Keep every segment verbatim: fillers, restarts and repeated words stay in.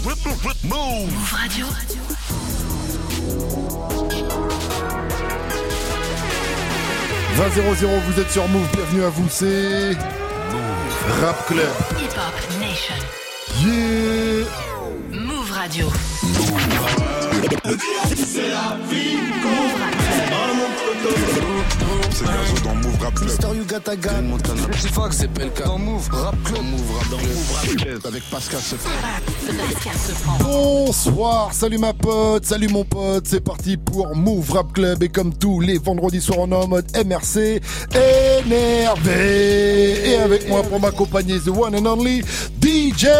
Move Radio. vingt zéro zéro, vous êtes sur Move, bienvenue à vous, c'est Move Rap Club. Hip Hop Nation. Yeah. Move Radio. C'est la vie c'est Gazo dans Move Rap Club. Mister You Got a Gun Montana. C'est Fox, c'est Pelka. Dans Move Rap Club. Move Rap dans Move Rap Club. Avec Pascal Sefran. Bonsoir, salut ma pote, salut mon pote, c'est parti pour Move Rap Club. Et comme tous les vendredis soirs, on est en mode M R C, énervé. Et avec moi pour m'accompagner, the one and only D J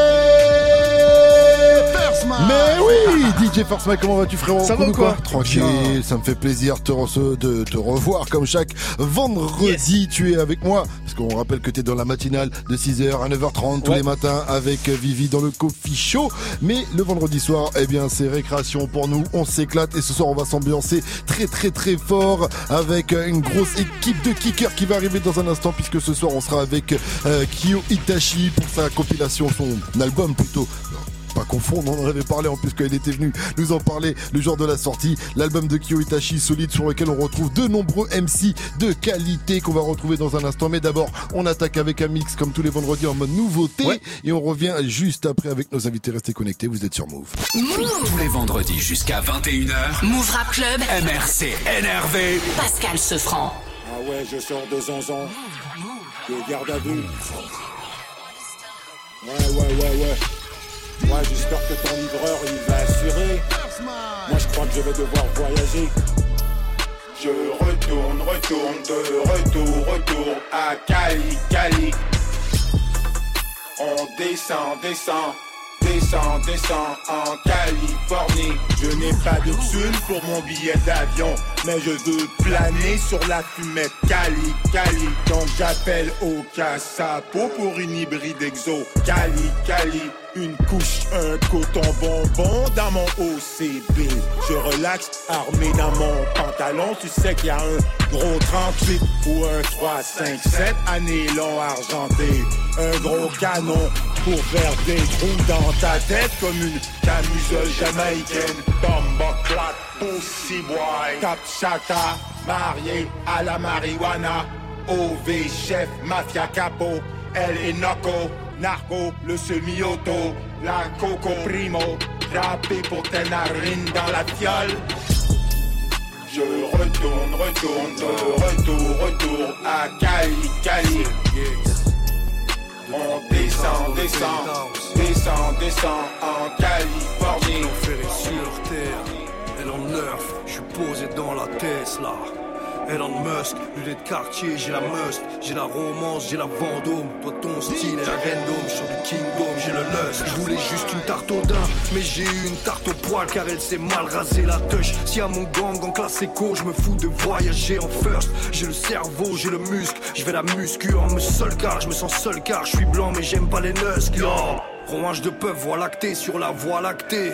Mais oui, D J First Mike, comment vas-tu frérot? Ça va ou quoi? Tranquille, bien. Ça me fait plaisir de te, re- de te revoir comme chaque vendredi. Yes. Tu es avec moi, parce qu'on rappelle que tu es dans la matinale de six heures à neuf heures trente tous ouais. les matins avec Vivi dans le Coffee Show. Mais le vendredi soir, eh bien c'est récréation pour nous, on s'éclate et ce soir on va s'ambiancer très très très fort avec une grosse équipe de kickers qui va arriver dans un instant, puisque ce soir on sera avec euh, Kyo Itachi pour sa compilation, son album plutôt. Pas confondre, on en avait parlé en plus quand il était venu nous en parler le jour de la sortie, l'album de Kyo Itachi solide sur lequel on retrouve de nombreux M C de qualité qu'on va retrouver dans un instant. Mais d'abord on attaque avec un mix comme tous les vendredis en mode nouveauté ouais. et on revient juste après avec nos invités. Restez connectés, vous êtes sur Move. Move. Tous les vendredis jusqu'à vingt et une heures Move Rap Club M R C énervé Pascal Sefran. Ah ouais, je sors de Zonzon de garde à vue. Ouais ouais ouais ouais. Moi j'espère que ton livreur il va assurer. Moi je crois que je vais devoir voyager. Je retourne, retourne, de retour, retour à Cali, Cali. On descend, descend, descend, descend en Californie. Je n'ai pas de thune pour mon billet d'avion, mais je veux planer sur la fumette Cali, Cali. Donc j'appelle au Casapo pour une hybride exo. Cali, Cali. Une couche, un coton bonbon dans mon O C B. Je relaxe, armé dans mon pantalon. Tu sais qu'il y a un gros trente-huit ou un trois cinq sept à nylon argenté. Un gros canon pour faire des trous dans ta tête comme une camisole jamaïcaine. Bomba clat, pussy boy, cap chaka, marié à la marijuana. O V chef, mafia capo, elle est Noco. Narco, le semi-auto, la coco primo, râpé pour tes narines dans la fiole. Je retourne, retourne, de retour, retour à Cali, Cali. On descend, descend, descend, descend en Californie. Ferré sur terre, elle en nerf, je suis posé dans la Tesla. Elon Musk, lunettes de quartier, j'ai la must, j'ai la romance, j'ai la Vendôme. Toi ton style est la random, sur du kingdom, j'ai le lust. Je voulais juste une tarte au daim, mais j'ai eu une tarte au poil car elle s'est mal rasée la touche. Si à mon gang en classe éco, je me fous de voyager en first. J'ai le cerveau, j'ai le muscle, je vais la muscu en me seul car je me sens seul car je suis blanc mais j'aime pas les nusks. Fromage de peuple, voie lactée sur la voie lactée.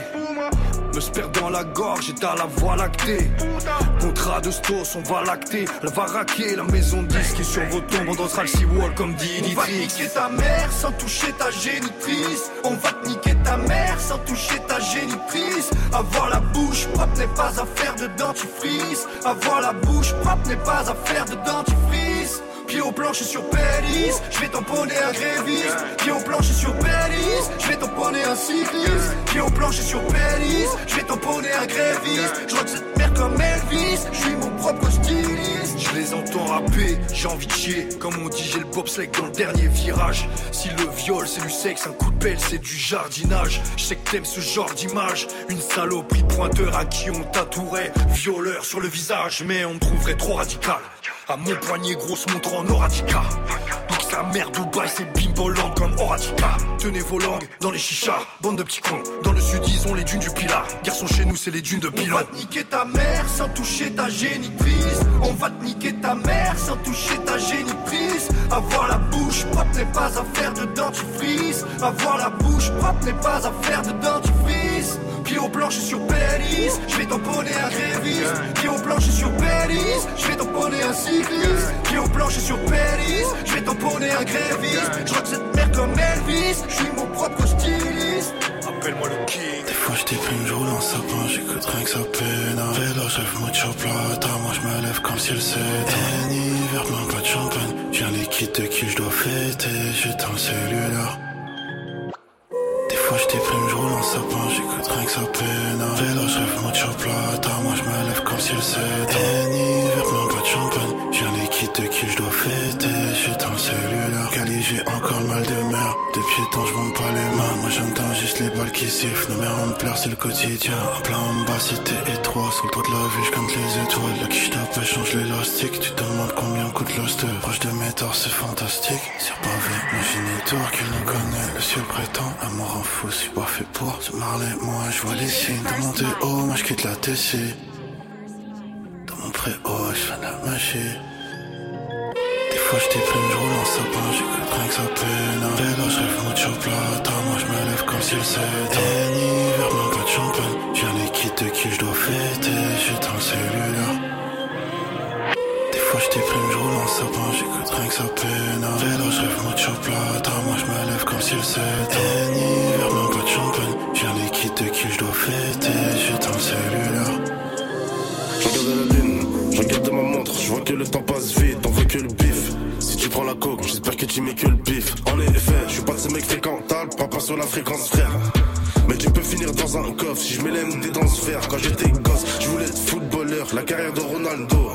Me se perd dans la gorge, j'étais à la voie lactée. Contrat de stos, on va lacter. Elle va raquer la maison de disque. Et sur vos tombes, on dansera le seawall comme dit Nitrix. On va te niquer ta mère sans toucher ta génitrice. On va te niquer ta mère sans toucher ta génitrice. Avoir la bouche propre n'est pas affaire de dentifrice. Avoir la bouche propre n'est pas affaire de dentifrice. Pied au plancher sur Pélis, je vais tamponner un gréviste. Pied au plancher sur Pélis, je vais tamponner un cycliste. Pied au plancher sur Pélis, je vais tamponner un gréviste. Je rock cette merde comme Elvis, je suis mon propre styliste. Je les entends rapper, j'ai envie de chier. Comme on dit, j'ai le bobsleigh dans le dernier virage. Si le viol c'est du sexe, un coup de pelle c'est du jardinage. Je sais que t'aimes ce genre d'image. Une saloperie pointeur à qui on tatouerait violeur sur le visage. Mais on me trouverait trop radical. À mon poignet, grosse montre en Oratica. Nique sa mère, Dubaï, c'est bimbolant comme Oratica. Tenez vos langues dans les chichas, bande de petits cons. Dans le sud, ils ont les dunes du Pilat. Garçon, chez nous, c'est les dunes de Pilat. On va te niquer ta mère sans toucher ta génitrice. On va te niquer ta mère sans toucher ta génitrice. Avoir la bouche propre n'est pas affaire de dentifrice. Avoir la bouche propre n'est pas affaire de dentifrice. Pied au plancher sur Pélis, je vais tamponner un gréviste. Pied au plancher sur Pélis, je vais tamponner un cycliste. Pied au plancher sur Pélis, je vais tamponner un gréviste. Je rock cette merde comme Elvis, je suis mon propre styliste. Appelle-moi le king. rien que ça peine. Vélo, je rêve mucho plata, moi je me lève comme si le c'était un hiver, même pas de champagne. J'ai un liquide de qui je dois fêter, j'éteins le cellulaire. Des fois je déprime, je roule en sapin, j'écoute rien que ça peine. Vélo, je rêve mucho plata, moi je me lève comme si le c'était un hiver, même pas de champagne. J'ai un liquide de qui je dois fêter, j'éteins le cellulaire. Cali, j'ai encore le mal de mer, de piétons je monte pas les mains. Moi j'entends juste les balles qui sifflent, nos mères en pleurs c'est le quotidien. En plein en bas c'était étroit, sous le toit de la ville je compte les étoiles. Là qui je tape, change l'élastique, tu te demandes combien coûte l'host. Proche de mes torts c'est fantastique, sur pavé, imagine-toi qu'il nous connaît. Le ciel prétend, amour en fou, je suis pas fait pour se marler. Moi je vois les signes de monter haut, moi je quitte la T C. Dans mon préau, je fais de la magie. Des fois je déprime, je roule en sapin, j'écoute rien que ça peine. Vélo, je rêve mucho plata, moi je me lève comme si le c'était un hiver, même pas de champagne. J'ai un liquide de qui je dois fêter, j'éteins le cellulaire. Des fois je déprime, je roule en sapin, j'écoute rien que ça peine. Vélo, je rêve mucho plata, moi je me lève comme si le c'était un hiver, même pas de champagne. J'ai un liquide de qui je dois fêter, j'éteins le cellulaire. Je regarde la lune, je regarde ma montre, je vois que le temps passe vite, on veut que le bif. Si tu prends la coke, j'espère que tu mets que le bif. En effet, je suis pas de ces mecs fréquentables, prends pas sur la fréquence frère. Mais tu peux finir dans un coffre si je mets l'M D dans ce verre. Quand j'étais gosse, je voulais être footballeur, la carrière de Ronaldo.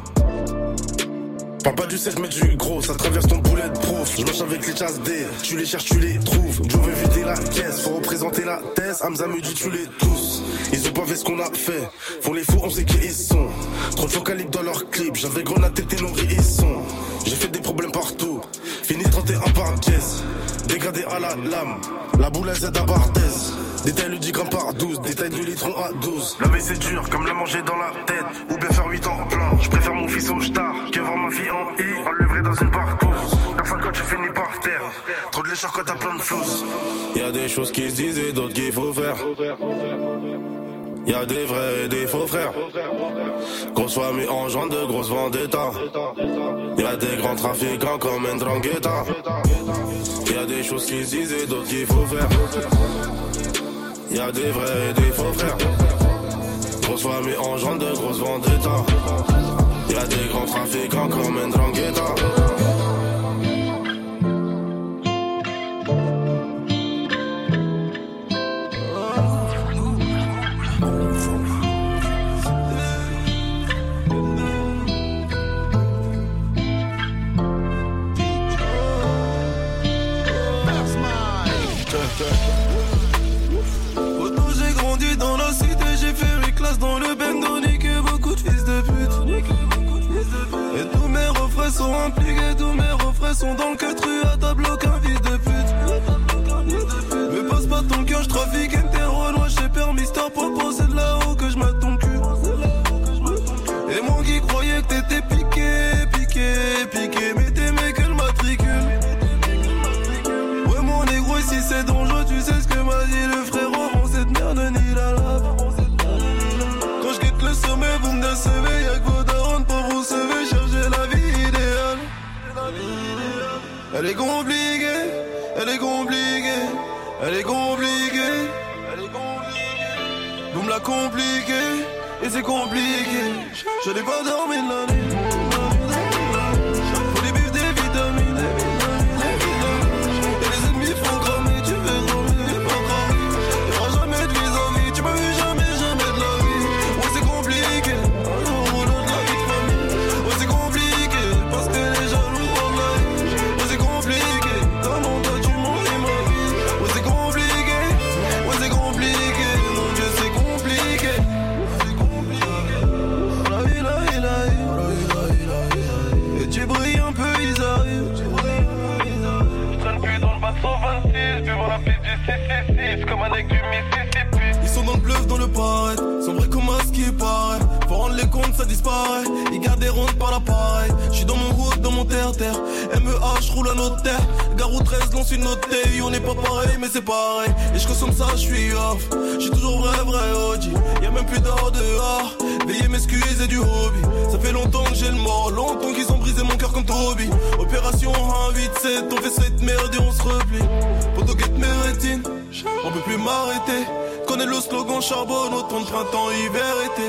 Parle pas du sexe mais du gros, ça traverse ton boulet de prof. Je marche avec les chasses D, tu les cherches, tu les trouves. Joe veut vider la caisse, faut représenter la thèse. Hamza me dit tu les tous. Ils ont pas fait ce qu'on a fait, font les fous, on sait qui ils sont. Trop de focaliques dans leurs clips, j'avais grenade et nourri ils sont. J'ai fait des problèmes partout, fini trente et un par pièce. Dégradé à la lame, la boule à Z à Barthez. Détail le dix grammes par douze, détail du litron à douze. La vie c'est dur, comme la manger dans la tête, ou bien faire huit ans en plein. Je préfère mon fils au star, que voir ma fille en I, enlevrée dans une parcours. Personne quand tu finis par terre, trop de lécheur quand t'as plein de flousses. Y'a des choses qui se disent et d'autres qu'il faut faire. Y'a des vrais et des faux frères. Grosse famille engendre de grosses vendettas. Y'a des grands trafiquants comme Ndrangheta. Y'a des choses qui se disent et d'autres qu'il faut faire. Y'a des vrais et des faux frères. Grosse famille engendre de grosses vendettas. Y'a des grands trafiquants comme Ndrangheta. Dans le bendo, niqué beaucoup de fils de pute. Et tous mes refrains sont impliqués, tous mes refrains sont dans le quatre rue à table, aucun fils de pute. Mais passe pas ton cœur, j'trafique un terreau, moi j'ai permis stop, propos, c'est de là-haut que j'mette ton cul. Et moi qui croyais que t'étais piqué, piqué, piqué, mais t'aimais que le matricule. Ouais mon négro ici c'est dangereux, tu sais ce que m'a dit le frérot, on cette merde ni la lave. Le sommet, vous me décevez, y'a que vos darons pour vous sauver, cherchez la vie idéale. Elle est compliquée, elle est compliquée, elle est compliquée, elle est compliquée. Vous me la compliquez, et c'est compliqué. Je n'ai pas dormi de la nuit. Faut des bifs, des vitamines, et les ennemis font cramer, tu veux dormir, mais pas cramer. Y'aura jamais de vis-à-vis, tu m'as vu jamais, jamais de la vie. C'est compliqué, alors au nom de la vie de famille. Ouais c'est compliqué, parce que les jaloux rendent la vie. Ouais c'est compliqué, comment toi tu m'enlèves ma vie. Ouais c'est compliqué, ouais c'est compliqué. Mon Dieu c'est compliqué. C'est compliqué. La vie, la vie, la vie. Et tu brilles un peu, ils arrivent. Tu brilles un peu, ils arrivent. Je traîne plus dans le bas cent vingt-six, buvant la piste du six six six, comme un aigle du Mississippi. Ils sont dans le bluff, dans le paraître, sont vrais comme à ce qui paraît. Faut rendre les comptes, ça disparaît. Ils gardent des rondes par l'appareil. J'suis dans mon hood, dans mon terre-terre. M E A, j'roule à notaire. Garou treize, lance une note. On n'est pas pareil, mais c'est pareil. Et j'consomme ça, j'suis off. J'suis toujours vrai, vrai O G. Y'a même plus d'or dehors. Veillez m'excuser du hobby. Ça fait longtemps que j'ai le mort. Longtemps qu'ils ont brisé mon cœur comme Toby. Opération un huit sept. On fait cette merde et on se replie. Poto guette mes rétines. On peut plus m'arrêter. connais le slogan charbonne, automne, printemps, hiver, été.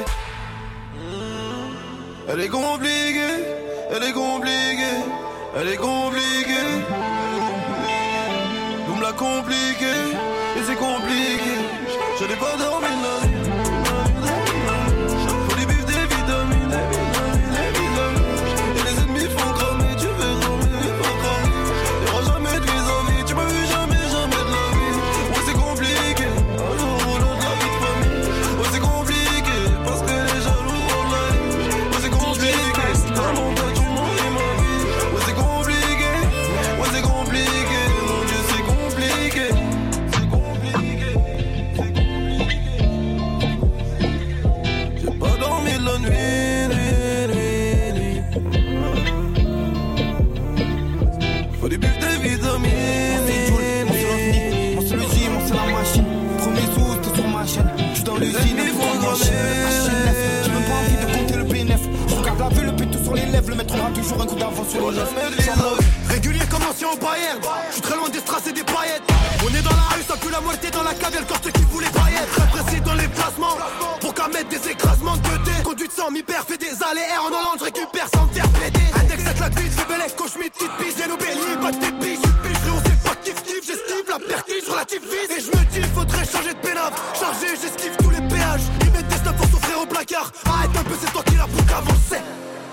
Elle est compliquée, elle est compliquée, elle est compliquée. Vous me la compliquez, et c'est compliqué. Je n'ai pas dormi la nuit. Faut des bifs, des vitamines, et les ennemis font cramer, tu veux cramer, pas cramer. Y'aura jamais de mes amis, tu m'as vu jamais, jamais de la vie. Ouais c'est compliqué, alors au long de la vie de famille. Ouais c'est compliqué, parce que les jaloux online. Ouais c'est compliqué, dans mon tas tout le monde est ma vie. Ouais c'est compliqué, ouais c'est compliqué, mon Dieu c'est compliqué. C'est compliqué, c'est compliqué. J'ai pas dormi de la nuit, nuit, nuit, nuit. Faut des buffs, des vitamines. On se l'ovni, on se le gym, on se la machine. Premier sous, t'es sur ma chaîne. J'suis dans l'usine, Les on ennemis se j'ai même pas envie de compter le bénéf. Je regarde la vue, le pétou sur les lèvres. Le maître aura toujours un coup d'avance sur les lèvres. Régulier comme ancien au Bayern. J'suis très loin des strass et des paillettes. On est dans la rue, ça pue la moitié dans la cave. Y'a le corps qui voulait pas y être. Très précis dans les placements. Pour qu'à mettre des écrasements de côté. Conduite sans mi-père, fait des allers-air en Hollande. J'récupère sans me faire plaider. Index avec la bite, fais belle coach mi petite piste. Viens au bélier, pas de tes billes. J'suis frérot, c'est pas kiff-kiff. J'esquive la perquise, relative vise. Et j'me dis, faudrait changer de pénave. Chargé, j'esquive tous les péages. Ils mettent des snaps pour s'offrir au placard. Arrête un peu, c'est toi qui la boucle avancée.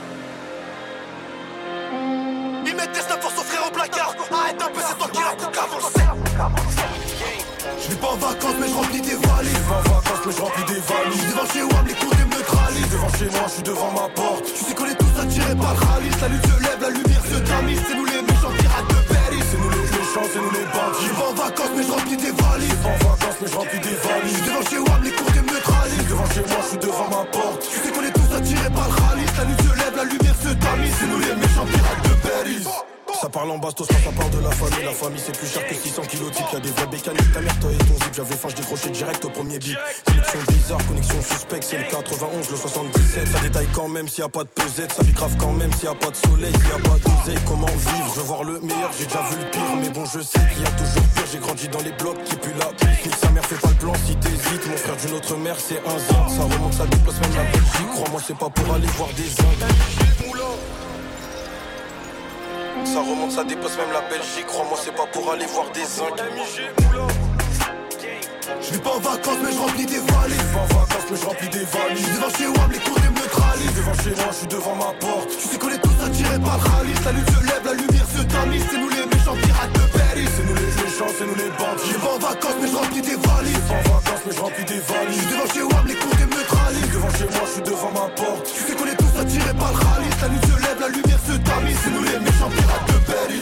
Ils mettent des snaps pour s'offrir au placard. Arrête un peu, c'est toi qui la boucle avancée. Je vais pas en vacances mais je remplis des valises. Je vais en vacances mais je remplis des valises. Devant chez Wam les cours me neutralisent. Devant chez moi je suis devant ma porte. Tu sais qu'on est tous attirés par le rallye. La lune se lève, la lumière se tamise. C'est nous les méchants pirates de Paris. C'est nous les méchants, c'est nous les bandits. Je vais pas en vacances mais je remplis des valises. Je vais en vacances mais je remplis des valises. Devant chez Wam les cours me neutralisent. Devant chez moi je suis devant ma porte. Tu sais qu'on est tous attirés par le rallye. La lune se lève, la lumière se tamise. C'est nous les méchants pirates de Paris. Ça parle en bastos quand ça parle de la famille. La famille c'est plus cher que six cents kilos type. Y'a des vrais bécaniques, ta mère toi et ton zip. J'avais faim, je décrochais direct au premier beat. Sélection bizarre, connexion suspect. C'est le quatre-vingt-onze, le soixante-dix-sept. Ça détaille quand même s'il y a pas de pesette. Ça grave quand même s'il y a pas de soleil. S'il y a pas d'oseille, comment vivre? Je veux voir le meilleur, j'ai déjà vu le pire. Mais bon je sais qu'il y a toujours pire. J'ai grandi dans les blocs qui puent la pisse. Nique sa mère, fait pas le plan si t'hésites. Mon frère d'une autre mère c'est un zin. Ça remonte, ça déplace même la Belgique. Crois-moi c'est pas pour aller voir des zincs. Ça remonte, ça dépasse même la Belgique. Crois-moi, c'est pas pour aller voir des zincs. Je vais pas en vacances mais je remplis des valises. Je vais en vacances mais je remplis des valises. Devant chez Wam les cours me neutralisent. Devant chez moi, je suis devant ma porte. Tu sais qu'on est tous attirés par le rallye. La lune se lève, la lumière se tamise. C'est nous les méchants pirates de Paris. C'est nous les méchants, c'est nous les bandits. Je vais pas en vacances mais je remplis des valises. Je vais en vacances mais je remplis des valises. Devant chez Wam les cours me neutralisent. Devant chez moi, je suis devant ma porte. Tu sais qu'on est tous attirés par le rallye. La lune se lève, la lumière se tamise. C'est nous les méchants pirates de Paris.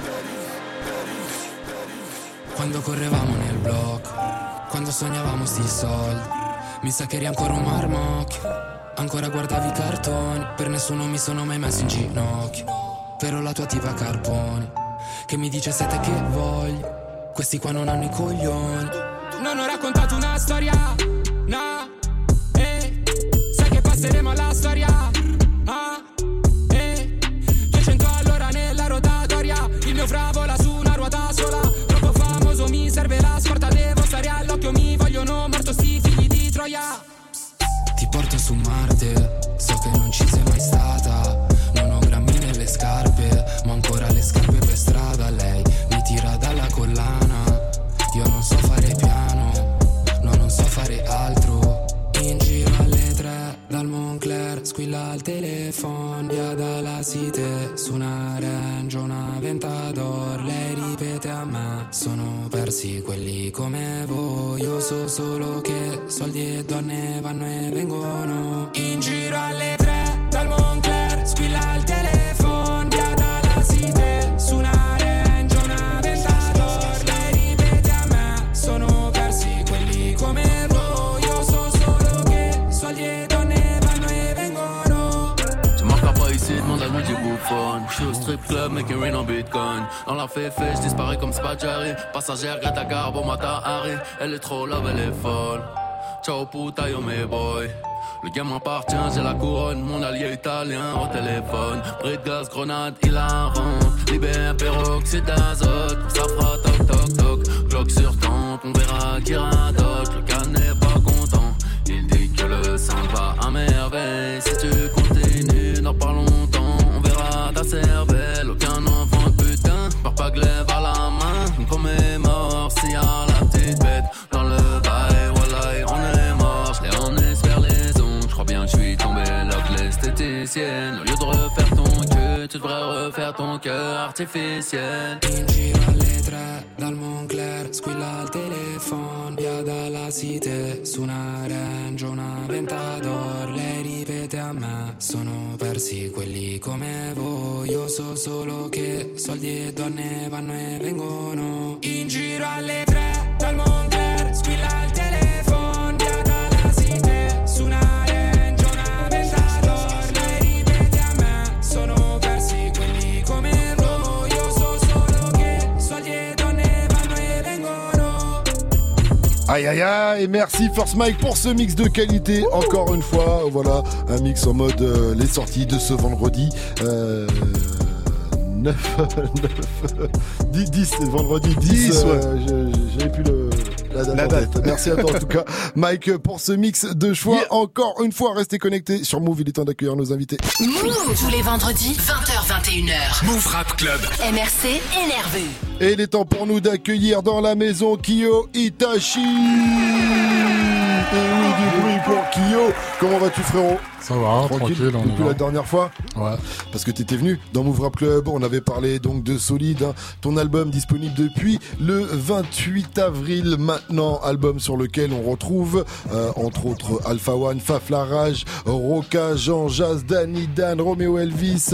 Quando correvamo nel block, quando sognavamo sti soldi, mi sa che eri ancora un marmocchio, ancora guardavi i cartoni, per nessuno mi sono mai messo in ginocchio, però la tua tipa Carboni, che mi dice siete che voglio, questi qua non hanno i coglioni. Non ho raccontato una storia, no, eh, sai che passeremo alla storia, ah, eh, duecento all'ora nella rotatoria, il mio fra vola su una ruota sola. Mi serve la scorta, devo stare all'occhio, mi vogliono morto sti figli di Troia. Ti porto su Marte, so che non ci sei mai stata. Non ho grammi nelle scarpe, ma ancora le scarpe per strada. Lei mi tira dalla collana, io non so fare piano, no non so fare altro. In giro alle tre, dal Moncler, squilla il telefono. Via dalla Cité, su una Range, una Ventador. Lei ripete a me, sono persi quelli come voi. Io so solo che soldi e donne vanno e vengono. In giro alle tre, dal Moncler, squilla il telefono. Via dalla Cité, su una Range, una Ventador. Lei ripete a me, sono persi quelli come voi. Io so solo che soldi e donne vanno e vengono. Tu marqueras pas ici, demande à Luigi Buffon. Je suis au strip club, making rain en bitcoin. On l'a fait fait, je disparais comme Spaggiari. Passagère, Greta Garbo, Mata Harry. Elle est trop love, elle est folle. Ciao puta, yo mes boy. Le game m'appartient, j'ai la couronne. Mon allié italien au téléphone. Bris de gaz, grenade, il invente. Libère, peroxyde d'azote. Ça fera toc toc toc. Glock sur tempe, on verra qui radote. Le canet est mort. Si y'a la petite bête dans le bail, wallah, on est mort. Je l'ai emmené vers les ondes, je crois bien que je suis tombé là que l'esthéticienne. Au lieu de refaire ton cul, tu devrais refaire ton cœur artificiel. In giro alle tre dal Moncler, squilla il telefono, via dalla cité, su una range, una Ventador, lei ripete a me, sono persi quelli come voi, io so solo che soldi e donne vanno e vengono. In giro alle tre dal Moncler, squilla il telefono, via dalla cité, su una range, una Ventador, lei ripete a me, sono persi quelli come voi, io so solo che soldi e donne vanno e vengono. Aïe aïe aïe, et merci First Mike pour ce mix de qualité, encore une fois, voilà, un mix en mode euh, les sorties de ce vendredi, euh, neuf, neuf, dix, dix, vendredi dix, dix, ouais. euh, je- j'avais plus le... La date, La en date. tête. Merci à toi en tout cas, Mike, pour ce mix de choix. Yeah. Encore une fois, restez connectés sur Move, il est temps d'accueillir nos invités. Move tous les vendredis, vingt heures vingt et une heures. Move Rap Club. M R C énervé. Et il est temps pour nous d'accueillir dans la maison Kyo Itachi. Et oui, du bruit pour Kyo. Comment vas-tu, frérot? Ça va, tranquille, on est Depuis là. la dernière fois. Ouais. Parce que t'étais venu dans Move Rap Club, on avait parlé donc de Solide, hein. Ton album disponible depuis le vingt-huit avril maintenant, album sur lequel on retrouve euh, entre autres Alpha One, Faf La Rage, Roca, Jean Jazz, Danny Dan, Romeo Elvis,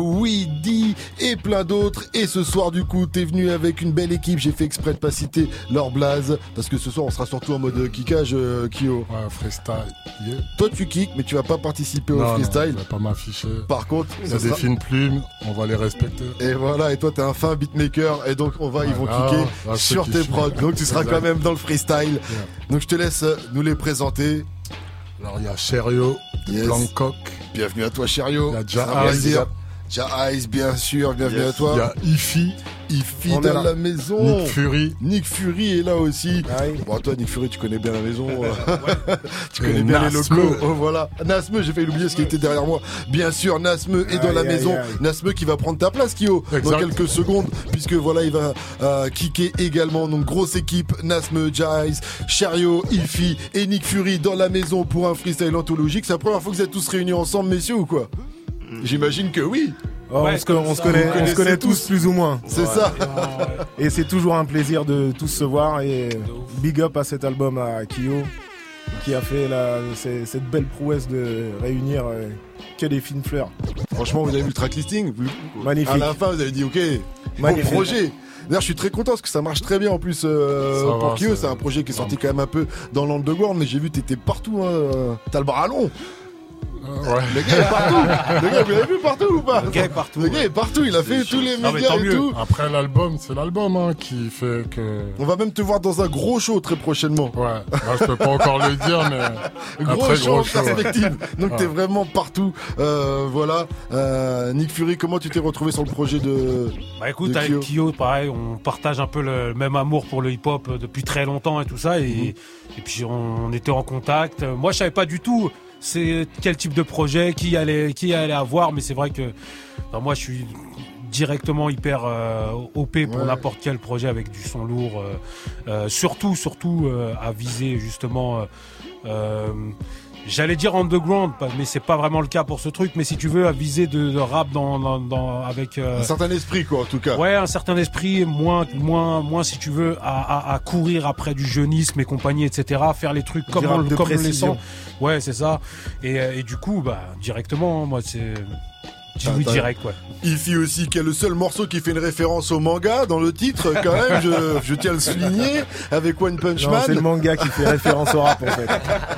Weedy et plein d'autres. Et ce soir du coup t'es venu avec une belle équipe, j'ai fait exprès de pas citer leur blaze parce que ce soir on sera surtout en mode kickage, euh, Kyo. Ouais, freestyle. Yeah. Toi tu kicks mais tu vas pas participer au Non, non, freestyle. je vais pas m'afficher. Par contre, il y ce a des sera- fines plumes, on va les respecter. Et voilà, et toi t'es un fin beatmaker et donc on va, ils vont Voilà, kicker là, c'est sur qui tes je suis. prods. Donc tu seras Exact. quand même dans le freestyle. Yeah. Donc je te laisse euh, nous les présenter. Alors il y a Cherio, Yes. Blancoc, Bienvenue à toi, Cherio. il y a C'est un Ja plaisir. Ice, Ja Ice, bien sûr, bienvenue Yes. à toi. il y a Ify, Ify On est dans là. la maison. Nick Fury, Nick Fury est là aussi. Aïe. Bon, toi, Nick Fury, tu connais bien la maison. euh, tu Et connais bien les Nasme. locaux. Oh, voilà. Nasme, j'ai failli l'oublier ce qui était derrière moi. Bien sûr, Nasme est dans Aïe, la aïe, maison. aïe. Nasme qui va prendre ta place, Kyo, dans Exact. quelques secondes, puisque voilà, il va euh, kicker également. Donc, grosse équipe. Nasme, Jaiz, Chariot, Ify et Nick Fury dans la maison pour un freestyle anthologique. C'est la première fois que vous êtes tous réunis ensemble, messieurs, ou quoi? J'imagine que oui. Oh, on se, on se connaît, on se connaît tous plus ou moins. C'est ça. Et c'est toujours un plaisir de tous se voir. Et big up à cet album à Kyo qui a fait la, c'est- cette belle prouesse de réunir euh, que des fines fleurs. Franchement, vous avez vu le track listing? Vous- Magnifique. À la fin, vous avez dit, ok, Magnifique. bon projet. D'ailleurs, je suis très content parce que ça marche très bien en plus euh, Ça pour va, Kyo. ça C'est va. un projet qui est sorti quand même un peu dans l'underground, mais j'ai vu que t'étais partout. Hein. T'as le bras long. Euh, ouais. Le gars est partout. Le gars, vous l'avez vu partout ou pas? Le gars est partout. Le gars est partout. Il a fait tous les Non, mais médias tant et mieux. tout. Après l'album, c'est l'album hein, qui fait que. On va même te voir dans un gros show très prochainement. Ouais, moi je peux pas encore le dire, mais un Gros très show gros en show. ouais. perspective. Donc Ouais. t'es vraiment partout. Euh, voilà. Euh, Nick Fury, comment tu t'es retrouvé sur le projet de Bah écoute, de avec Kyo, pareil, on partage un peu le même amour pour le hip-hop euh, depuis très longtemps et tout ça. Et, Mhm. et puis on, on était en contact. Euh, Moi, je savais pas du tout c'est quel type de projet, qui allait, qui allait avoir, mais c'est vrai que enfin, moi, je suis directement hyper euh, O P pour Ouais. n'importe quel projet avec du son lourd. euh, euh, surtout, surtout euh, à viser justement. Euh, euh, J'allais dire underground, pas- mais c'est pas vraiment le cas pour ce truc. Mais si tu veux, à viser de, de rap dans, dans, dans- avec euh, un certain esprit, quoi, en tout cas. ouais, un certain esprit, moins, moins, moins si tu veux, à, à, à courir après du jeunisme et compagnie, et cetera. Faire les trucs comme Du on, rap de comme on les précision. sent. Ouais, c'est ça. Et, euh, et du coup, bah directement, moi c'est, dis oui Attends. direct, ouais. Ify aussi, qui est le seul morceau qui fait une référence au manga dans le titre, quand même, je, je tiens à le souligner, avec One Punch Non, Man. c'est le manga qui fait référence au rap en fait.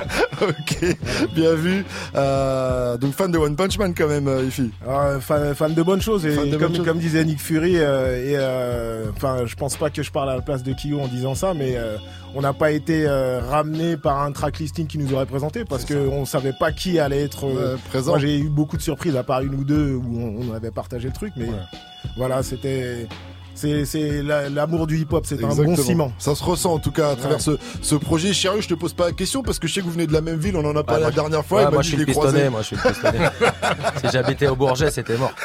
Ok, bien vu. Euh, donc fan de One Punch Man quand même, euh, Ify. Alors, fan, fan de bonnes choses et Fan de comme, bonnes choses. comme disait Nick Fury, euh, et euh, enfin, je pense pas que je parle à la place de Kyo en disant ça, mais euh, on n'a pas été euh, ramené par un track listing qui nous aurait présenté parce que on savait pas qui allait être euh, Ouais, présent. Moi, j'ai eu beaucoup de surprises à part une ou deux où on, on avait partagé le truc, mais voilà, c'était C'est, c'est la, l'amour du hip-hop, c'est Exactement. un bon ciment. Ça se ressent en tout cas à travers Ouais. ce, ce projet. Chéri, je te pose pas la question parce que je sais que vous venez de la même ville, on en a parlé Ouais, la dernière fois. Ouais, il m'a moi, dit, je suis je le l'ai croisé. pistonné, moi, je suis le pistonné. Si j'habitais au Bourget, c'était mort.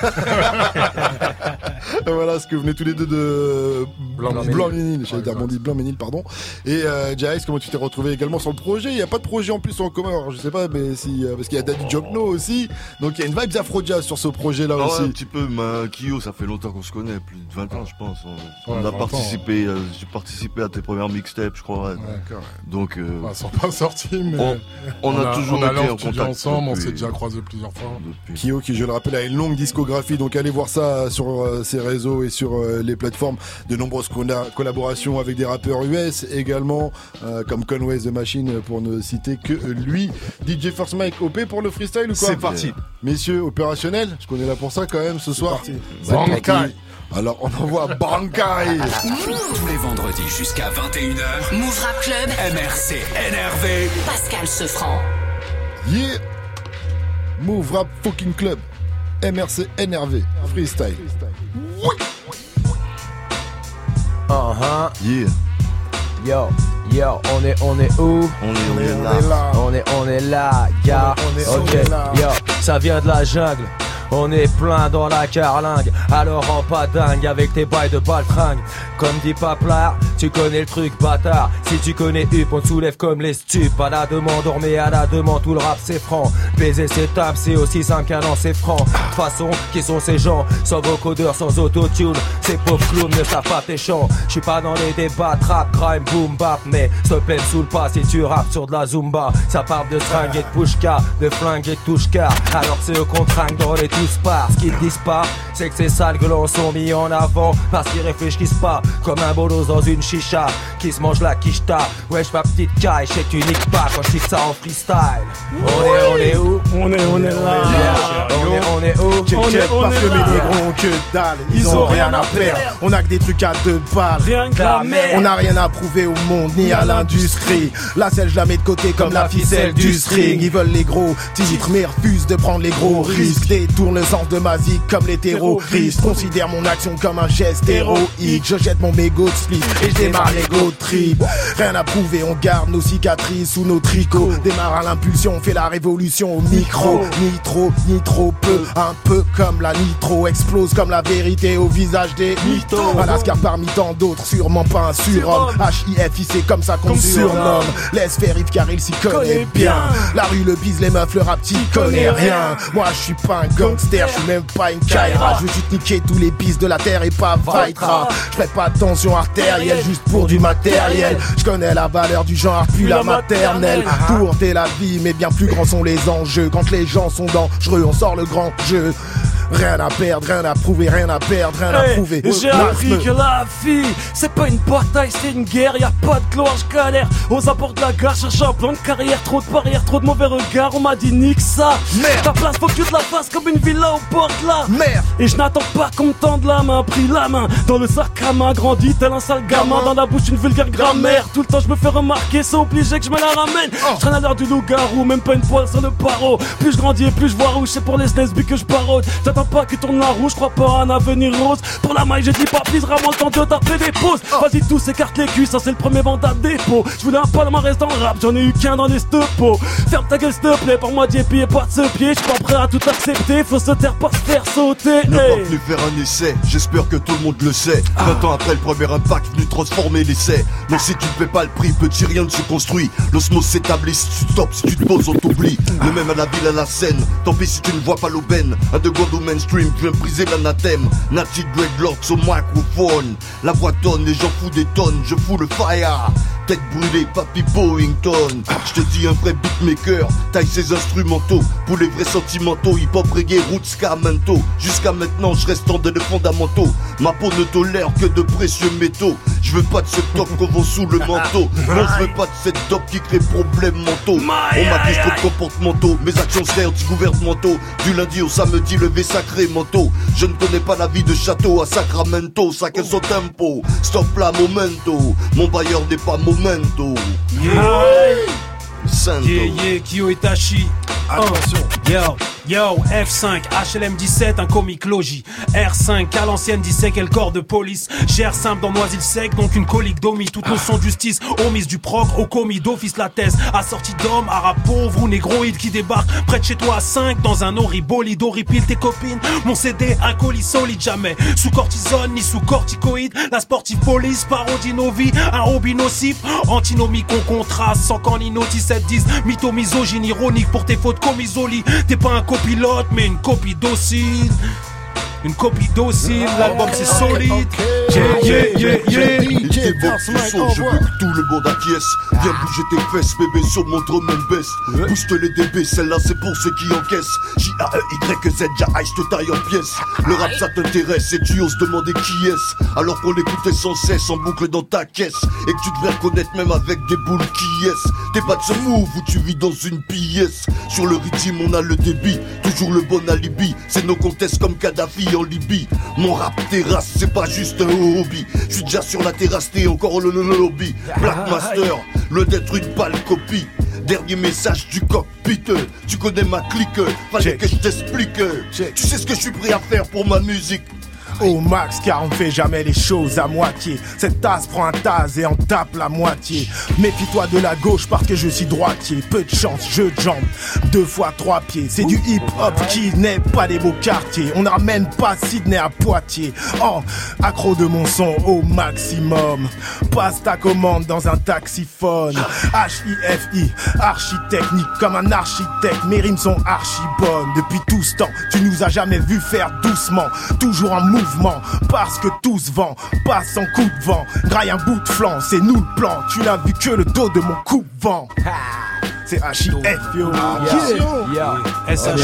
Voilà, ce que vous venez tous les deux de Blanc-Ménil. Blanc-Ménil, j'allais dire Bondi, Blanc-Ménil, pardon. Et euh, Jaïs, comment tu t'es retrouvé également sur le projet? Il n'y a pas de projet en plus en commun, alors je sais pas, mais si, euh, parce qu'il y a Daddy Jokno aussi, donc il y a une vibe Afro-Jazz sur ce projet-là Ah ouais, aussi. un petit peu, mais Kyo, ça fait longtemps qu'on se connaît, plus de vingt ans je pense. On, Ouais, on a vingt participé, euh, j'ai participé à tes premières mixtapes, je crois. Ouais. D'accord. Donc, euh, Ils sont pas sortis, mais on, on a, toujours on a été en studio contact ensemble, on depuis- s'est déjà croisés plusieurs fois. Kyo, qui je le rappelle a une longue discographie, donc allez voir ça sur euh, ses réseaux et sur euh, les plateformes. De nombreuses conna- collaborations avec des rappeurs U S également, euh, comme Conway the Machine pour ne citer que lui. D J First Mike, O P pour le freestyle ou quoi? C'est parti. Messieurs, opérationnel, parce qu'on est là pour ça quand même ce soir. parti. C'est Bankai. parti. Alors on envoie Bankai. Tous les vendredis jusqu'à vingt et une heures. Move Rap Club. M R C énervé. Pascal Sefranc. Yeah. Move Rap Fucking Club. M R C énervé. Freestyle. Uh-huh. Yeah. Yo, yo, on est, on est où? On est, on On est est, là. on est là. On est, on est là, gars. On est- on Ok, est là. yo, ça vient de la jungle. On est plein dans la carlingue, alors rends pas dingue avec tes bails de baltringue. Comme dit Paplar, tu connais le truc bâtard. Si tu connais Up, on te soulève comme les stupes. À la demande, on remet à la demande, tout le rap c'est franc. Baiser ses tables, c'est aussi simple qu'un an c'est franc. De façon, qui sont ces gens, sans vocodeur, sans autotune. Ces pauvres clowns ne savent pas tes chants. J'suis pas dans les débats, trap, crime, boom, bap. Mais s'il te plaît, me saoule pas si tu rappes sur de la zumba. Ça parle de string et de pushka, de flingue et de touche-car. Alors que c'est eux qu'on trinque dans les tous parts. Ce qu'ils disent pas, c'est que ces sales gueulons sont mis en avant parce qu'ils réfléchissent pas comme un bolos dans une chicha qui se mange la quicheta. Wesh ma petite caille, je sais que tu niques pas quand je kick ça en freestyle. On est, on est où? On est, on est là. Yeah. On est, on est où? Check, On check, est- on parce est que là. mes négros ont que dalle. Ils, ont rien à perdre. On a que des trucs à deux balles. Rien que la merde. On n'a rien à prouver au monde ni à l'industrie. La selle, je la mets de côté comme la ficelle du string. Ils veulent les gros titres mais refusent de prendre les gros risques. Détournent le sens de ma vie comme les terroristes. Considère mon action comme un geste héroïque. Je jette mon mégot de slip et je démarre l'ego trip. Rien à prouver, on garde nos cicatrices sous nos tricots. Démarre à l'impulsion, on fait la révolution au micro. Ni trop, ni trop peu. Un peu comme la nitro. Explose comme la vérité au visage des mythos. Alaska parmi tant d'autres, sûrement pas un surhomme. H I F I, c'est comme ça qu'on surnomme. Laisse faire Yves car il s'y connaît bien. La rue, le bise, les meufs, le rap, t'y connais rien. Moi je suis pas un gangster, je suis même pas une Kaira. Je veux juste niquer tous les pistes de la terre et pas Vitra. Je fais pas attention artérielle juste pour du matériel. Je connais la valeur du genre puis la maternelle. Courte est la vie mais bien plus grands sont les enjeux. Quand les gens sont dangereux on sort le grand jeu. Rien à perdre, rien à prouver, rien à perdre, rien à Hey, prouver. J'ai appris que la vie, c'est pas une bataille, c'est une guerre. Y a pas de gloire, je galère. Aux abords de la gare, cherche un plan de carrière. Trop de barrières, trop de mauvais regards. On m'a dit nique ça. Merde. Ta place, faut que tu te la fasses comme une villa au bord de là. Merde. Et je n'attends pas qu'on me tende la main. Pris la main dans le sac à main, grandi tel un sale gamin. Dans la bouche, une vulgaire grammaire. Tout le temps, je me fais remarquer, c'est obligé que je me la ramène. Je traîne à l'heure du loup-garou, même pas une poêle sur le paro. Plus je grandis et plus je vois rouge, c'est pour les lesbies que je parode. J'attends pas qu'ils tournent la roue, je crois pas à un avenir rose. Pour la maille, j'ai dit pas please, vraiment le temps de taper des pauses. Vas-y, tous écarte les culs, ça c'est le premier mandat de dépôt. Je voulais un palmarès dans le rap, j'en ai eu qu'un dans les stepos. Ferme ta gueule, s'il te plaît, pour moi d'y et pas de ce pied. Je suis pas prêt à tout accepter, faut se taire, pas se faire sauter. Ne Hey. pas venu faire un essai, j'espère que tout le monde le sait. vingt ans après le premier impact, venu transformer l'essai. Mais si tu ne paies pas le prix, petit rien ne se construit. L'osmose s'établit, si tu stops, si tu te poses, on t'oublie. Le même à la ville, à la scène. Tant pis si tu ne vois pas l'aubaine. Un de God au mainstream, je viens briser l'anathème. Nazi dreadlocks au microphone. La voix tonne, les gens foutent des tonnes. Je fous le fire. Tête brûlée, Papy Boington. Je te dis un vrai beatmaker, taille ses instrumentaux. Pour les vrais sentimentaux, hip-hop, reggae, roots, ska, mento. Jusqu'à maintenant, je reste en de fondamentaux. Ma peau ne tolère que de précieux métaux. Je veux pas de ce top qu'on vend sous le manteau. Non, je veux pas de cette dope qui crée problèmes mentaux. On m'a dit trop de comportementaux. Mes actions seraient anti-gouvernementaux. Du lundi au samedi, levé sacré manteau. Je ne connais pas la vie de château à Sacramento. Chacun son tempo. Stop là, momento. Mon bailleur n'est pas momento. Yeah. Santo. Yeah, yeah, Kyo Itachi. Attention. Yo, yo, F cinq, H L M dix-sept, un comique logis. R cinq, à l'ancienne, dix-sept, quel corps de police. Gère simple dans Noisy-le-Sec, donc une colique d'omis. Toute notion de justice, omise du proc au commis d'office la thèse. Assorti d'hommes, arabes pauvres ou négroïdes qui débarquent près de chez toi à cinq dans un horribolide. Horripile tes copines, mon C D, un colis solide jamais. Sous cortisone ni sous corticoïde. La sportive police, parodie nos vies, un hobby nocif. Antinomie qu'on contraste, sans qu'en inoti sept dix. Mytho, misogyne, ironique pour tes fautes commises au lit. T'es pas un copilote, mais une copie docile. Une copie docile, l'album c'est solide. Yeah, yeah, yeah, yeah. Il t'évoque le son, je veux que tout le monde acquiesce. Viens bouger tes fesses, bébé, sur mon drum and bass. Bouge-te les D B, celle-là c'est pour ceux qui encaissent. J A E Y Z, Jahaï, je te taille en pièces. Le rap ça t'intéresse et tu oses demander qui est-ce. Alors qu'on l'écoutait sans cesse en boucle dans ta caisse. Et que tu devrais reconnaître même avec des boules qui est-ce. T'es pas de ce move où tu vis dans une pièce. Sur le rythme on a le débit, toujours le bon alibi. C'est nos comtesses comme Kadhafi en Libye. Mon rap terrasse, c'est pas juste un hobby. Je suis déjà sur la terrasse, t'es encore le, le, le lobby. Black Master, le d'être une pâle copie. Dernier message du cockpit. Tu connais ma clique, fallait que je t'explique. Tu sais ce que je suis prêt à faire pour ma musique. Au max, car on ne fait jamais les choses à moitié. Cette tasse prend un tase et en tape la moitié. Méfie-toi de la gauche parce que je suis droitier. Peu de chance, jeu de jambes, deux fois trois pieds. C'est du hip-hop qui n'est pas des beaux quartiers. On n'amène pas Sydney à Poitiers. Oh, accro de mon son au maximum. Passe ta commande dans un taxiphone. H I F I, architechnique comme un architecte. Mes rimes sont archi bonnes. Depuis tout ce temps, tu nous as jamais vu faire doucement. Toujours en mouvement. Parce que tout se vend, passe en coup de vent. Graille un bout de flanc, c'est nous le plan. Tu n'as vu que le dos de mon coupe-vent. C'est H I F yo. S H